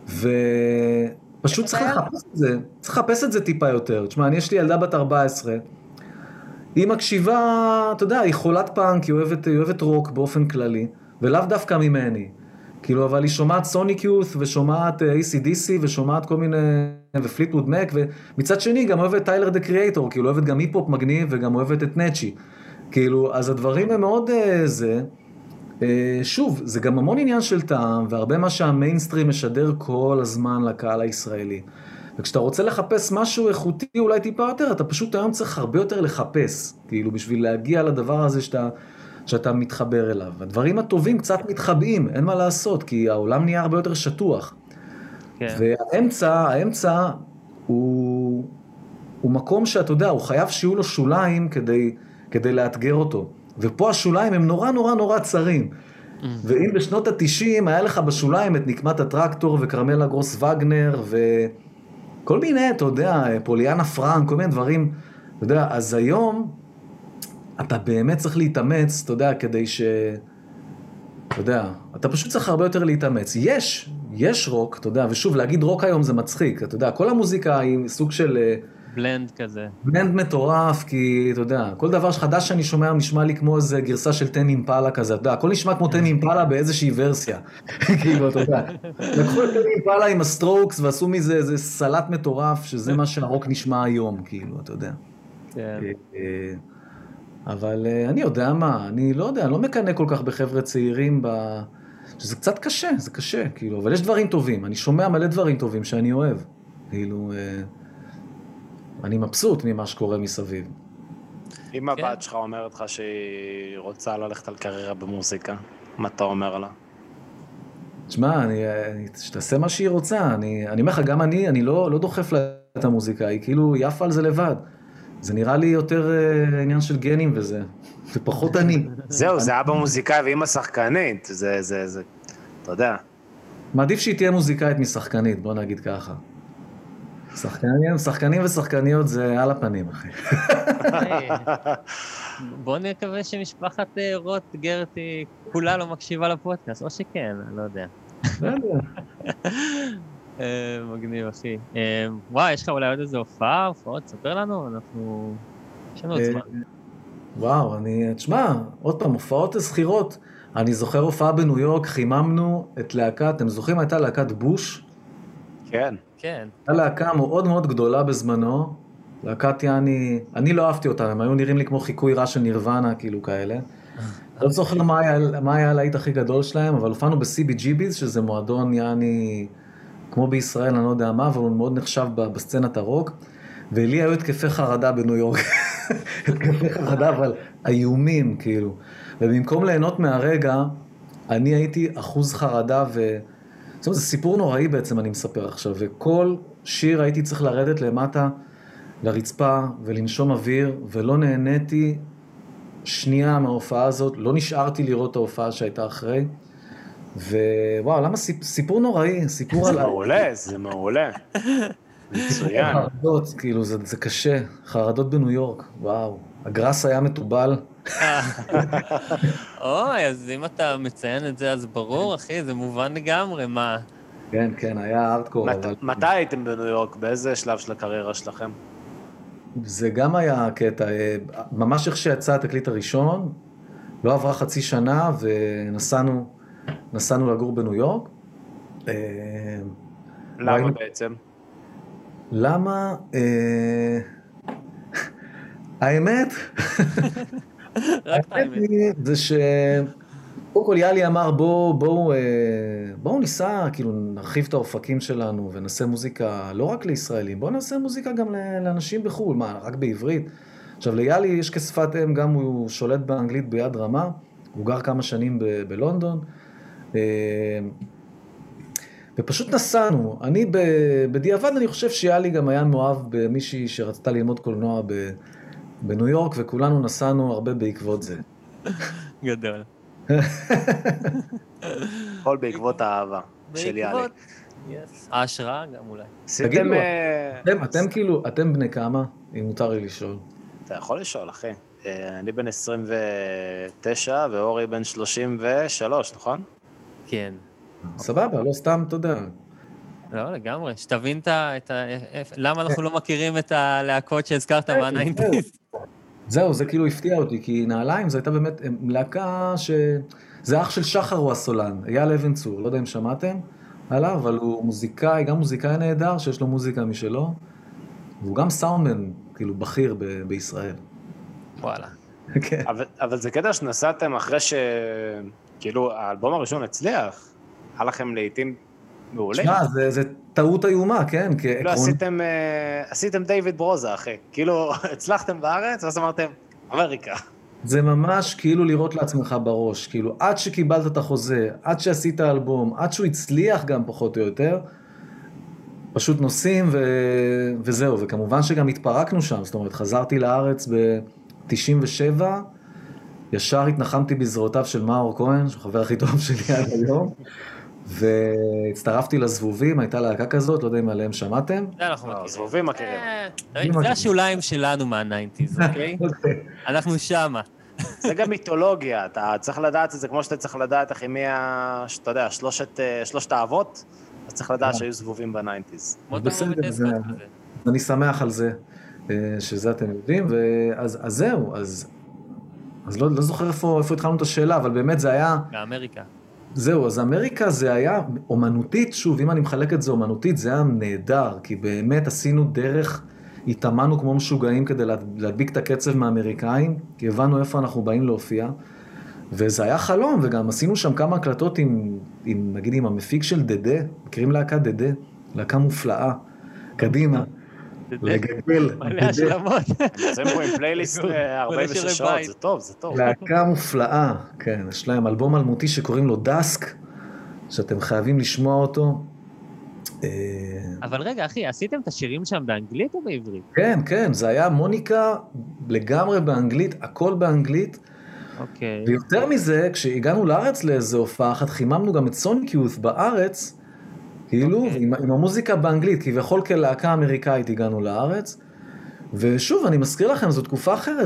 ופשוט צריך לחפש את זה, צריך לחפש את זה טיפה יותר. תשמע, יש לי ילדה בת 14, היא מקשיבה, אתה יודע, היא חולת פאנק, היא אוהבת רוק באופן כללי, ולאו דווקא ממני. כאילו, אבל היא שומעת סוניק יות' ושומעת AC/DC ושומעת כל מיני, ופליטווד מק, ומצד שני גם אוהבת טיילר דה קריאייטור, כאילו אוהבת גם היפ-הופ מגניב וגם אוהבת את נצ'י. כאילו, אז הדברים הם מאוד זה, שוב, זה גם המון עניין של טעם, והרבה מה שהמיינסטרים משדר כל הזמן לקהל הישראלי. וכשאתה רוצה לחפש משהו איכותי אולי טיפה יותר, אתה פשוט היום צריך הרבה יותר לחפש, כאילו, בשביל להגיע לדבר הזה שאתה מתחבר אליו. הדברים הטובים קצת מתחבאים, אין מה לעשות, כי העולם נהיה הרבה יותר שטוח. כן. והאמצע הוא מקום שאתה יודע, הוא חייב שיהיו לו שוליים כדי לאתגר אותו. ופה השוליים הם נורא נורא נורא צרים. ואם בשנות ה-90 היה לך בשוליים את נקמת הטרקטור וקרמלה גרוס וגנר וכל מיני, אתה יודע, פוליאנה פרנק, כל מיני דברים, אתה יודע, אז היום אתה באמת צריך להתאמץ, אתה יודע, כדי אתה יודע, אתה פשוט צריך הרבה יותר להתאמץ. יש רוק, אתה יודע, ושוב, להגיד רוק היום זה מצחיק, אתה יודע, כל המוזיקה היא סוג של בלנד כזה. בלנד מטורף, כי אתה יודע, כל דבר חדש שאני שומע נשמע לי כמו איזה גרסה של טמי אימפלה כזה, אתה יודע, הכל נשמע כמו טמי אימפלה באיזושהי ורסיה. כאילו, אתה יודע, לקחו את טמי אימפלה עם הסטרוקס ועשו מזה איזה סלט מטורף, שזה מה שהרוק נשמע היום, כאילו, אתה יודע. כן. אבל אני יודע מה, אני לא יודע, אני לא מקנא כל כך בחבר'ה צעירים, שזה קצת קשה, זה קשה, כאילו, אבל יש דברים טובים, אני שומע מלא דברים טובים שאני אוהב, כאילו, אני מבסוט ממה שקורה מסביב. אם הבת שלך אומרת לך שהיא רוצה ללכת על קריירה במוזיקה, מה אתה אומר לה? תשמע, שתעשה מה שהיא רוצה, אני אומר לך, גם אני לא דוחף לה את המוזיקה, היא כאילו יפה על זה לבד. זה נראה לי יותר עניין של גנים וזה, ופחות אני. זהו, זה אבא מוזיקאי ואמא שחקנית, זה, אתה יודע. מעדיף שהיא תהיה מוזיקאית משחקנית, בוא נגיד ככה. שחקנים ושחקניות זה על הפנים, אחי. בוא נקווה שמשפחת רוט גרטי כולה לא מקשיבה לפודקאסט, או שכן, אני לא יודע. לא יודע. מגניב, אחי. וואי, יש לך אולי עוד איזו הופעות, ספר לנו, יש לנו עצמם. וואו, תשמע, עוד פעם, הופעות הזכירות. אני זוכר הופעה בניו יורק, חיממנו את להקת, אתם זוכרים, הייתה להקת בוש? כן. כן. הייתה להקה מאוד מאוד גדולה בזמנו, להקת אני לא אהבתי אותם, הם היו נראים לי כמו חיקוי רע של נירוונה, כאילו כאלה. לא זוכר מה היה הלהיט הכי גדול שלהם, אבל הופענו ב-CBGB's, שזה מועדון כמו בישראל, אני לא יודע מה, אבל הוא מאוד נחשב בסצנת הרוק, ולי היו התקפי חרדה בניו יורק. התקפי חרדה, אבל איומים, כאילו. ובמקום ליהנות מהרגע, אני הייתי אחוז חרדה, זאת אומרת, זה סיפור נוראי בעצם, אני מספר עכשיו, וכל שיר הייתי צריך לרדת למטה, לרצפה, ולנשום אוויר, ולא נהניתי שנייה מההופעה הזאת, לא נשארתי לראות את ההופעה שהייתה אחרי, ווואו, למה סיפור נוראי, סיפור על... זה מעולה, זה מעולה. מצוין. חרדות, כאילו, זה קשה, חרדות בניו יורק, וואו, הגרס היה מטובל. אוי, אז אם אתה מציין את זה, אז ברור, אחי, זה מובן לגמרי, מה? כן, כן, היה ארטקור, אבל... מתי הייתם בניו יורק? באיזה שלב של הקריירה שלכם? זה גם היה קטע, ממש איך שיצא התקליט הראשון, לא עברה חצי שנה, ונסענו לגור בניו יורק. למה בעצם? למה? האמת, זה קודם כל יאלי אמר בואו ניסע, כאילו נרחיב את האופקים שלנו ונעשה מוזיקה לא רק לישראלים, בואו נעשה מוזיקה גם לאנשים בחו"ל, מה, רק בעברית? עכשיו ליאלי יש כשפת אם, גם הוא שולט באנגלית ביד רמה, הוא גר כמה שנים בלונדון, ופשוט נסענו. אני בדיעבד אני חושב שיאלי גם היה מאוהב במישהי שרצתה ללמוד קולנוע בניו יורק, וכולנו נסענו הרבה בעקבות זה. גדול. הכל בעקבות האהבה של יאלי. ההשראה גם אולי. תגידו, אתם כאילו, אתם בני כמה, אם מותר לי לשאול? אתה יכול לשאול, אחי. אני בן 29 ואורי בן 33, נכון? כן. סבבה, לא סתם, תודה. לא, לגמרי. שתבין למה אנחנו לא מכירים את הלהקות שהזכרת מהניינטיז. זהו, זה כאילו הפתיע אותי, כי נעליים זו הייתה באמת להקה זה אח של שחר הוא הסולן, אייל אבן צור, לא יודע אם שמעתם עליו, אבל הוא מוזיקאי, גם מוזיקאי נהדר, שיש לו מוזיקה משלו, והוא גם סאונדמן, כאילו, בכיר בישראל. וואלה. כן. אבל זה קטע שנסעתם אחרי כאילו, האלבום הראשון הצליח, היה לכם לעיתים מעולה. שמע, זה טעות איומה, כן? לא, עשיתם דיוויד ברוזה, אחי. כאילו, הצלחתם בארץ, ואז אמרתם, אמריקה. זה ממש כאילו לראות לעצמך בראש, כאילו, עד שקיבלת את החוזה, עד שעשית אלבום, עד שהוא הצליח גם פחות או יותר, פשוט נוסעים וזהו, וכמובן שגם התפרקנו שם, זאת אומרת, חזרתי לארץ ב-97, ישר התנחמתי בזרועותיו של מאור כהן, שהוא חבר הכי טוב שלי עד היום, והצטרפתי לזבובים, הייתה להקה כזאת, לא יודע אם עליהם שמעתם. זה אנחנו מכירים. זבובים מכירים. זה השוליים שלנו מהניינטיז, אוקיי? אנחנו שמה. זה גם מיתולוגיה, אתה צריך לדעת את זה כמו שאתה צריך לדעת, אחי, אתה יודע, שלושת האבות, אז צריך לדעת שהיו זבובים בניינטיז. אני שמח על זה, שזה אתם יודעים, אז זהו, אז לא זוכר איפה התחלנו את השאלה, אבל באמת זה היה... באמריקה. זהו, אז אמריקה זה היה אומנותית, שוב, אם אני מחלק את זה אומנותית, זה היה נהדר, כי באמת עשינו דרך, התאמנו כמו משוגעים כדי להדביק את הקצב מהאמריקאים, כי הבנו איפה אנחנו באים להופיע, וזה היה חלום, וגם עשינו שם כמה הקלטות נגיד עם המפיק של דדה, מכירים להקה דדה, להקה מופלאה, קדימה, לגגל, מלא השלמות. זה פה עם פלייליסט 46 שעות, זה טוב, זה טוב. להקה מופלאה, כן, יש להם אלבום אלמותי שקוראים לו דסק, שאתם חייבים לשמוע אותו. אבל רגע, אחי, עשיתם את השירים שם באנגלית או בעברית? כן, כן, זה היה מוניקה לגמרי באנגלית, הכל באנגלית. אוקיי. ויותר מזה, כשהגענו לארץ לאיזו הופעה אחת, חיממנו גם את סוניק יות' בארץ, כאילו, עם המוזיקה באנגלית, כביכול כלהקה אמריקאית הגענו לארץ, ושוב, אני מזכיר לכם, זו תקופה אחרת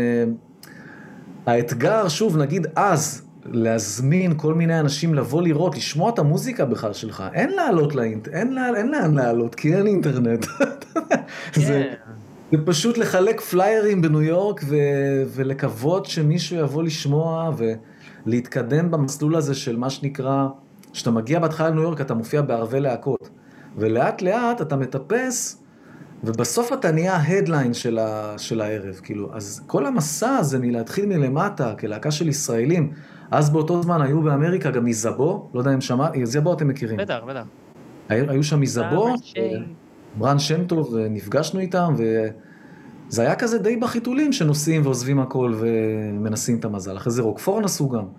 שהאתגר, שוב, נגיד אז, להזמין כל מיני אנשים לבוא לראות, לשמוע את המוזיקה בכלל שלך, אין לעלות אין לאן לעלות, כי אין אינטרנט. זה פשוט לחלק פליירים בניו יורק, ולקוות שמישהו יבוא לשמוע, ולהתקדם במסלול הזה של מה שנקרא, שאתה מגיע בהתחלה לניו יורק, אתה מופיע בערבי להקות, ולאט לאט אתה מטפס ובסוף אתה נהיה ההדליין של הערב, כאילו, אז כל המסע הזה מלהתחיל מלמטה, כלהקה של ישראלים, אז באותו זמן היו באמריקה גם מזבו, לא יודע אם שמע, זבו אתם מכירים. בטח. היו שם מזבו, ברן שם טוב, ונפגשנו איתם, וזה היה כזה די בחיתולים שנוסעים ועוזבים הכל ומנסים את המזל. אחרי זה רוקפורן עשו גם.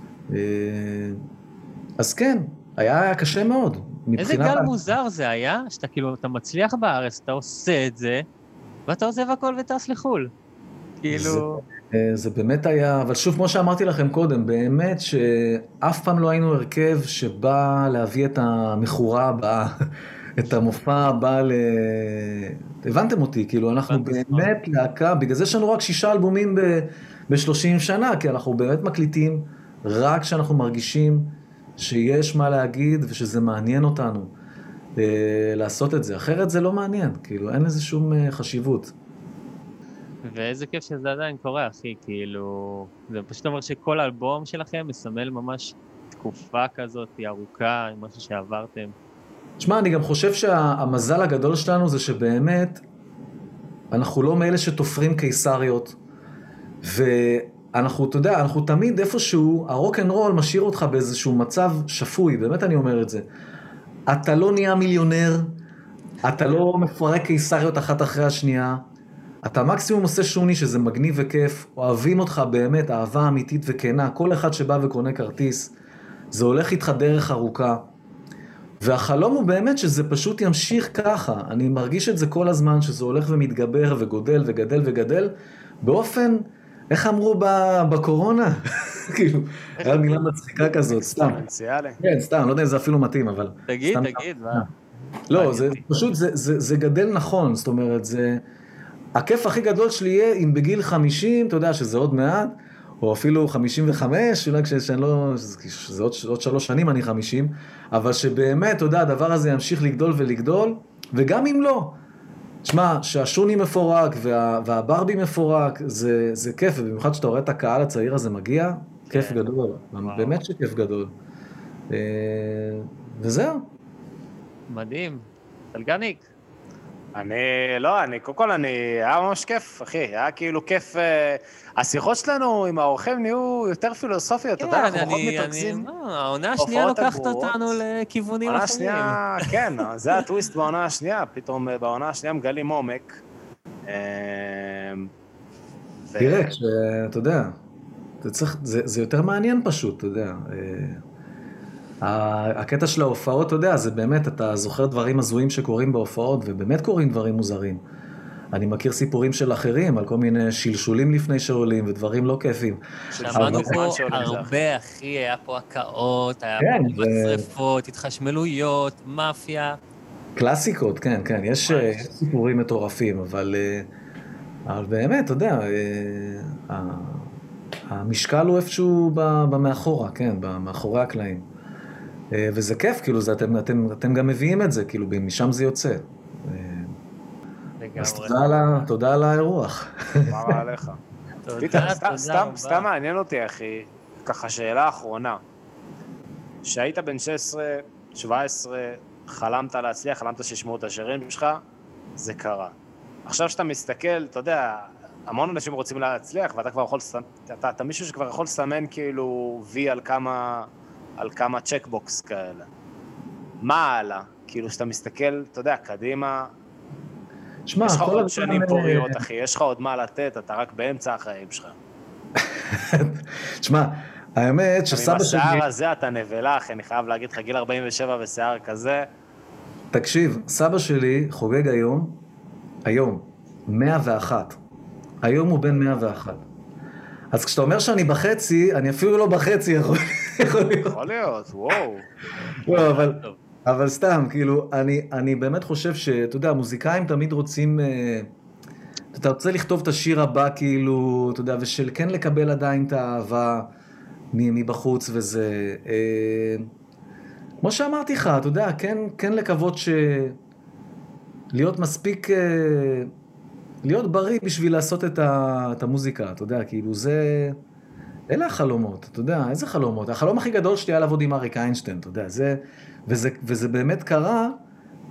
אז כן, היה קשה מאוד. איזה גל מוזר זה היה, שאתה כאילו, אתה מצליח בארץ, אתה עושה את זה, ואתה עוזב הכל וטס לחול. כאילו... זה באמת היה, אבל שוב, כמו שאמרתי לכם קודם, באמת שאף פעם לא היינו הרכב שבא להביא את המחורה הבאה, את המופע הבא הבנתם אותי, כאילו, אנחנו באמת להקה, בגלל זה יש לנו רק 6 אלבומים ב-30 שנה, כי אנחנו באמת מקליטים רק כשאנחנו מרגישים שיש מה להגיד ושזה מעניין אותנו לעשות את זה. אחרת זה לא מעניין, כאילו, אין לזה שום חשיבות. ואיזה כיף שזה עדיין קורה, אחי, כאילו... זה פשוט אומר שכל האלבום שלכם מסמל ממש תקופה כזאת, ארוכה, משהו שעברתם. תשמע, אני גם חושב שהמזל הגדול שלנו זה שבאמת אנחנו לא מאלה שתופרים קיסריות, ואנחנו, אתה יודע, אנחנו תמיד איפשהו, הרוק אנד רול משאיר אותך באיזשהו מצב שפוי, באמת אני אומר את זה. אתה לא נהיה מיליונר, אתה לא מפרק קיסריות אחת אחרי השנייה, אתה מקסימום עושה שוני שזה מגניב וכיף, אוהבים אותך באמת, אהבה אמיתית וכנה, כל אחד שבא וקונה כרטיס, זה הולך איתך דרך ארוכה, והחלום הוא באמת שזה פשוט ימשיך ככה, אני מרגיש את זה כל הזמן, שזה הולך ומתגבר וגודל וגדל וגדל, באופן, איך אמרו בקורונה? כאילו, היה מילה מצחיקה כזאת, סתם. כן, סתם, לא יודע אם זה אפילו מתאים, אבל... תגיד, מה? לא, זה פשוט, זה גדל נכון, זאת אומרת, זה... הכיף הכי גדול שלי יהיה אם בגיל 50, אתה יודע שזה עוד מעט, או אפילו 55, אולי כשאני לא, שזה עוד 3 שנים אני 50, אבל שבאמת, אתה יודע, הדבר הזה ימשיך לגדול ולגדול, וגם אם לא, תשמע, שהשוני מפורק והברבי מפורק, זה כיף, ובמיוחד שאתה רואה את הקהל הצעיר הזה מגיע, כיף גדול, באמת שכיף גדול. וזהו. מדהים. סלגניק. קודם כל, היה ממש כיף, אחי, היה כאילו כיף, השיחות שלנו עם האורחים נהיו יותר פילוסופיות, אתה יודע, אנחנו פחות מתרכזים. העונה השנייה לוקחת אותנו לכיוונים אחרים. השנייה, כן, זה הטוויסט בעונה השנייה, פתאום בעונה השנייה מגלים עומק. תראה, אתה יודע, זה יותר מעניין פשוט, אתה יודע. הקטע של ההופעות, אתה יודע, זה באמת, אתה זוכר דברים הזויים שקורים בהופעות, ובאמת קורים דברים מוזרים. אני מכיר סיפורים של אחרים, על כל מיני שלשולים לפני שעולים, ודברים לא כיפים. שמענו פה הרבה, אחי, היה פה הקאות, היה פה שריפות, התחשמלויות, מאפיה. קלאסיקות, כן, כן, יש סיפורים מטורפים, אבל באמת, אתה יודע, המשקל הוא איפשהו במאחורה, כן, מאחורי הקלעים. וזה כיף, כאילו, אתם גם מביאים את זה, כאילו, משם זה יוצא. אז תודה על האירוח. מה עליך? סתם מעניין אותי, אחי, ככה שאלה אחרונה. שהיית בן 16, 17, חלמת להצליח, חלמת שישמעו את השירים שלך, זה קרה. עכשיו שאתה מסתכל, אתה יודע, המון אנשים רוצים להצליח, ואתה כבר יכול, אתה מישהו שכבר יכול לסמן כאילו וי על כמה צ'קבוקס כאלה. מה הלאה? כאילו שאתה מסתכל, אתה יודע, קדימה, יש לך עוד שנים פוריות, אחי, יש לך עוד מה לתת, אתה רק באמצע החיים שלך. תשמע, האמת שסבא שלי... עם השיער הזה אתה נבלה, אחי, אני חייב להגיד לך, גיל 47 ושיער כזה. תקשיב, סבא שלי חוגג היום, 101. היום הוא בן 101. אז כשאתה אומר שאני בחצי, אני אפילו לא בחצי יכול להיות. יכול להיות, וואו. לא, אבל סתם, כאילו, אני באמת חושב שאתה יודע, המוזיקאים תמיד רוצים, אתה רוצה לכתוב את השיר הבא, כאילו, אתה יודע, ושל כן לקבל עדיין את האהבה מבחוץ וזה. כמו שאמרתי לך, אתה יודע, כן לקוות להיות מספיק, להיות בריא בשביל לעשות את המוזיקה, אתה יודע, כאילו זה, אלה החלומות, אתה יודע, איזה חלומות? החלום הכי גדול שלי היה לעבוד עם אריק איינשטיין, אתה יודע, וזה באמת קרה,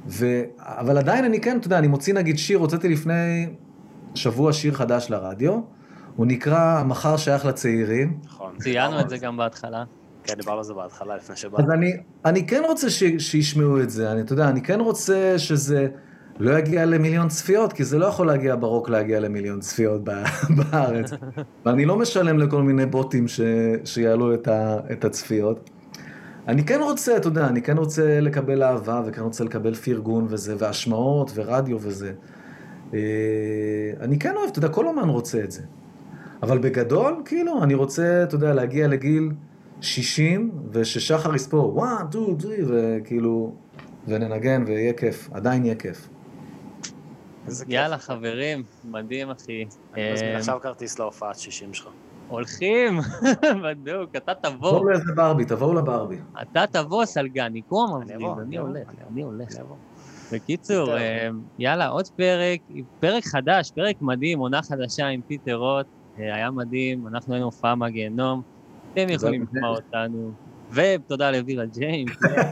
אבל עדיין אני כן, אתה יודע, אני מוציא נגיד שיר, הוצאתי לפני שבוע שיר חדש לרדיו, הוא נקרא "המחר שייך לצעירים". נכון. ציינו את זה גם בהתחלה. כן, דיברנו על זה בהתחלה, לפני שבא. אז אני כן רוצה שישמעו את זה, אתה יודע, אני כן רוצה שזה לא יגיע למיליון צפיות, כי זה לא יכול להגיע ברוק להגיע למיליון צפיות בארץ. ואני לא משלם לכל מיני בוטים שיעלו את הצפיות. אני כן רוצה, אתה יודע, אני כן רוצה לקבל אהבה, וכן רוצה לקבל פרגון וזה, והשמעות ורדיו וזה. אני כן אוהב, אתה יודע, כל אומן רוצה את זה. אבל בגדול, כאילו, אני רוצה, אתה יודע, להגיע לגיל 60, וששחר יספור, 1, 2, 3, וכאילו, וננגן, ויהיה כיף, עדיין יהיה כיף. יאללה, חברים, מדהים, אחי. אני מזמין עכשיו כרטיס להופעת 60 שלך. הולכים, בדיוק, אתה תבוא. תבואו לאיזה ברבי, תבואו לברבי. אתה תבוא, סלגני, קום, אני הולך. בקיצור, יאללה, עוד פרק חדש, פרק מדהים, עונה חדשה עם פיטר רוט, היה מדהים, אנחנו היינו הופעה מהגיהנום, אתם יכולים לשמוע אותנו, ותודה לווירה ג'יימס,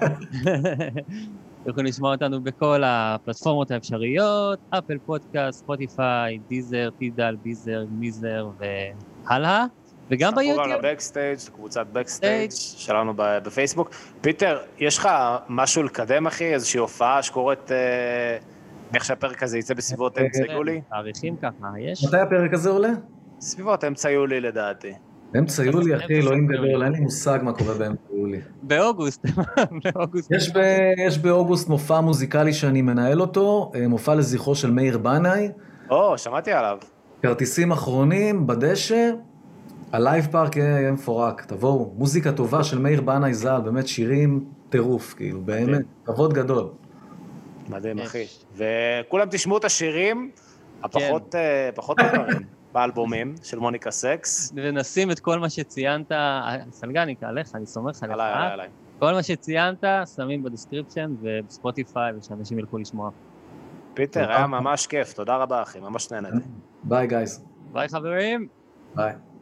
יכולים לשמוע אותנו בכל הפלטפורמות האפשריות, אפל פודקאסט, ספוטיפיי, דיזר, טידל, ביזר, מיזר והלאה, וגם ביוטיוב. ספרו על הבקסטייג', קבוצת בקסטייג' שלנו בפייסבוק. פיטר, יש לך משהו לקדם, אחי? איזושהי הופעה שקורית, איך שהפרק הזה יצא בסביבות אמצע יולי? תאריכים ככה, יש? מתי הפרק הזה עולה? סביבות אמצע יולי לדעתי. אמצע יולי, אחי, אלוהים גדול, אין לי מושג מה קורה באמצע יולי. באוגוסט. יש באוגוסט מופע מוזיקלי שאני מנהל אותו, מופע לזכרו של מאיר בנאי. שמעתי עליו. כרטיסים אחרונים בדשא, הלייב פארק יהיה מפורק, תבואו, מוזיקה טובה של מאיר בנאי ז"ל, באמת שירים טירוף, כאילו, באמת, כבוד גדול. מדהים, אחי. וכולם תשמעו את השירים הפחות מוכרים. באלבומים של מוניקה סקס. ונשים את כל מה שציינת, סלגניק, עליך, אני סומך עליך. עליי. כל מה שציינת, שמים בדסקריפשן ובספוטיפיי, ושאנשים ילכו לשמוע. פיטר, היה ממש כיף, תודה רבה אחי, ממש נהנתי. ביי גייז. ביי חברים. ביי.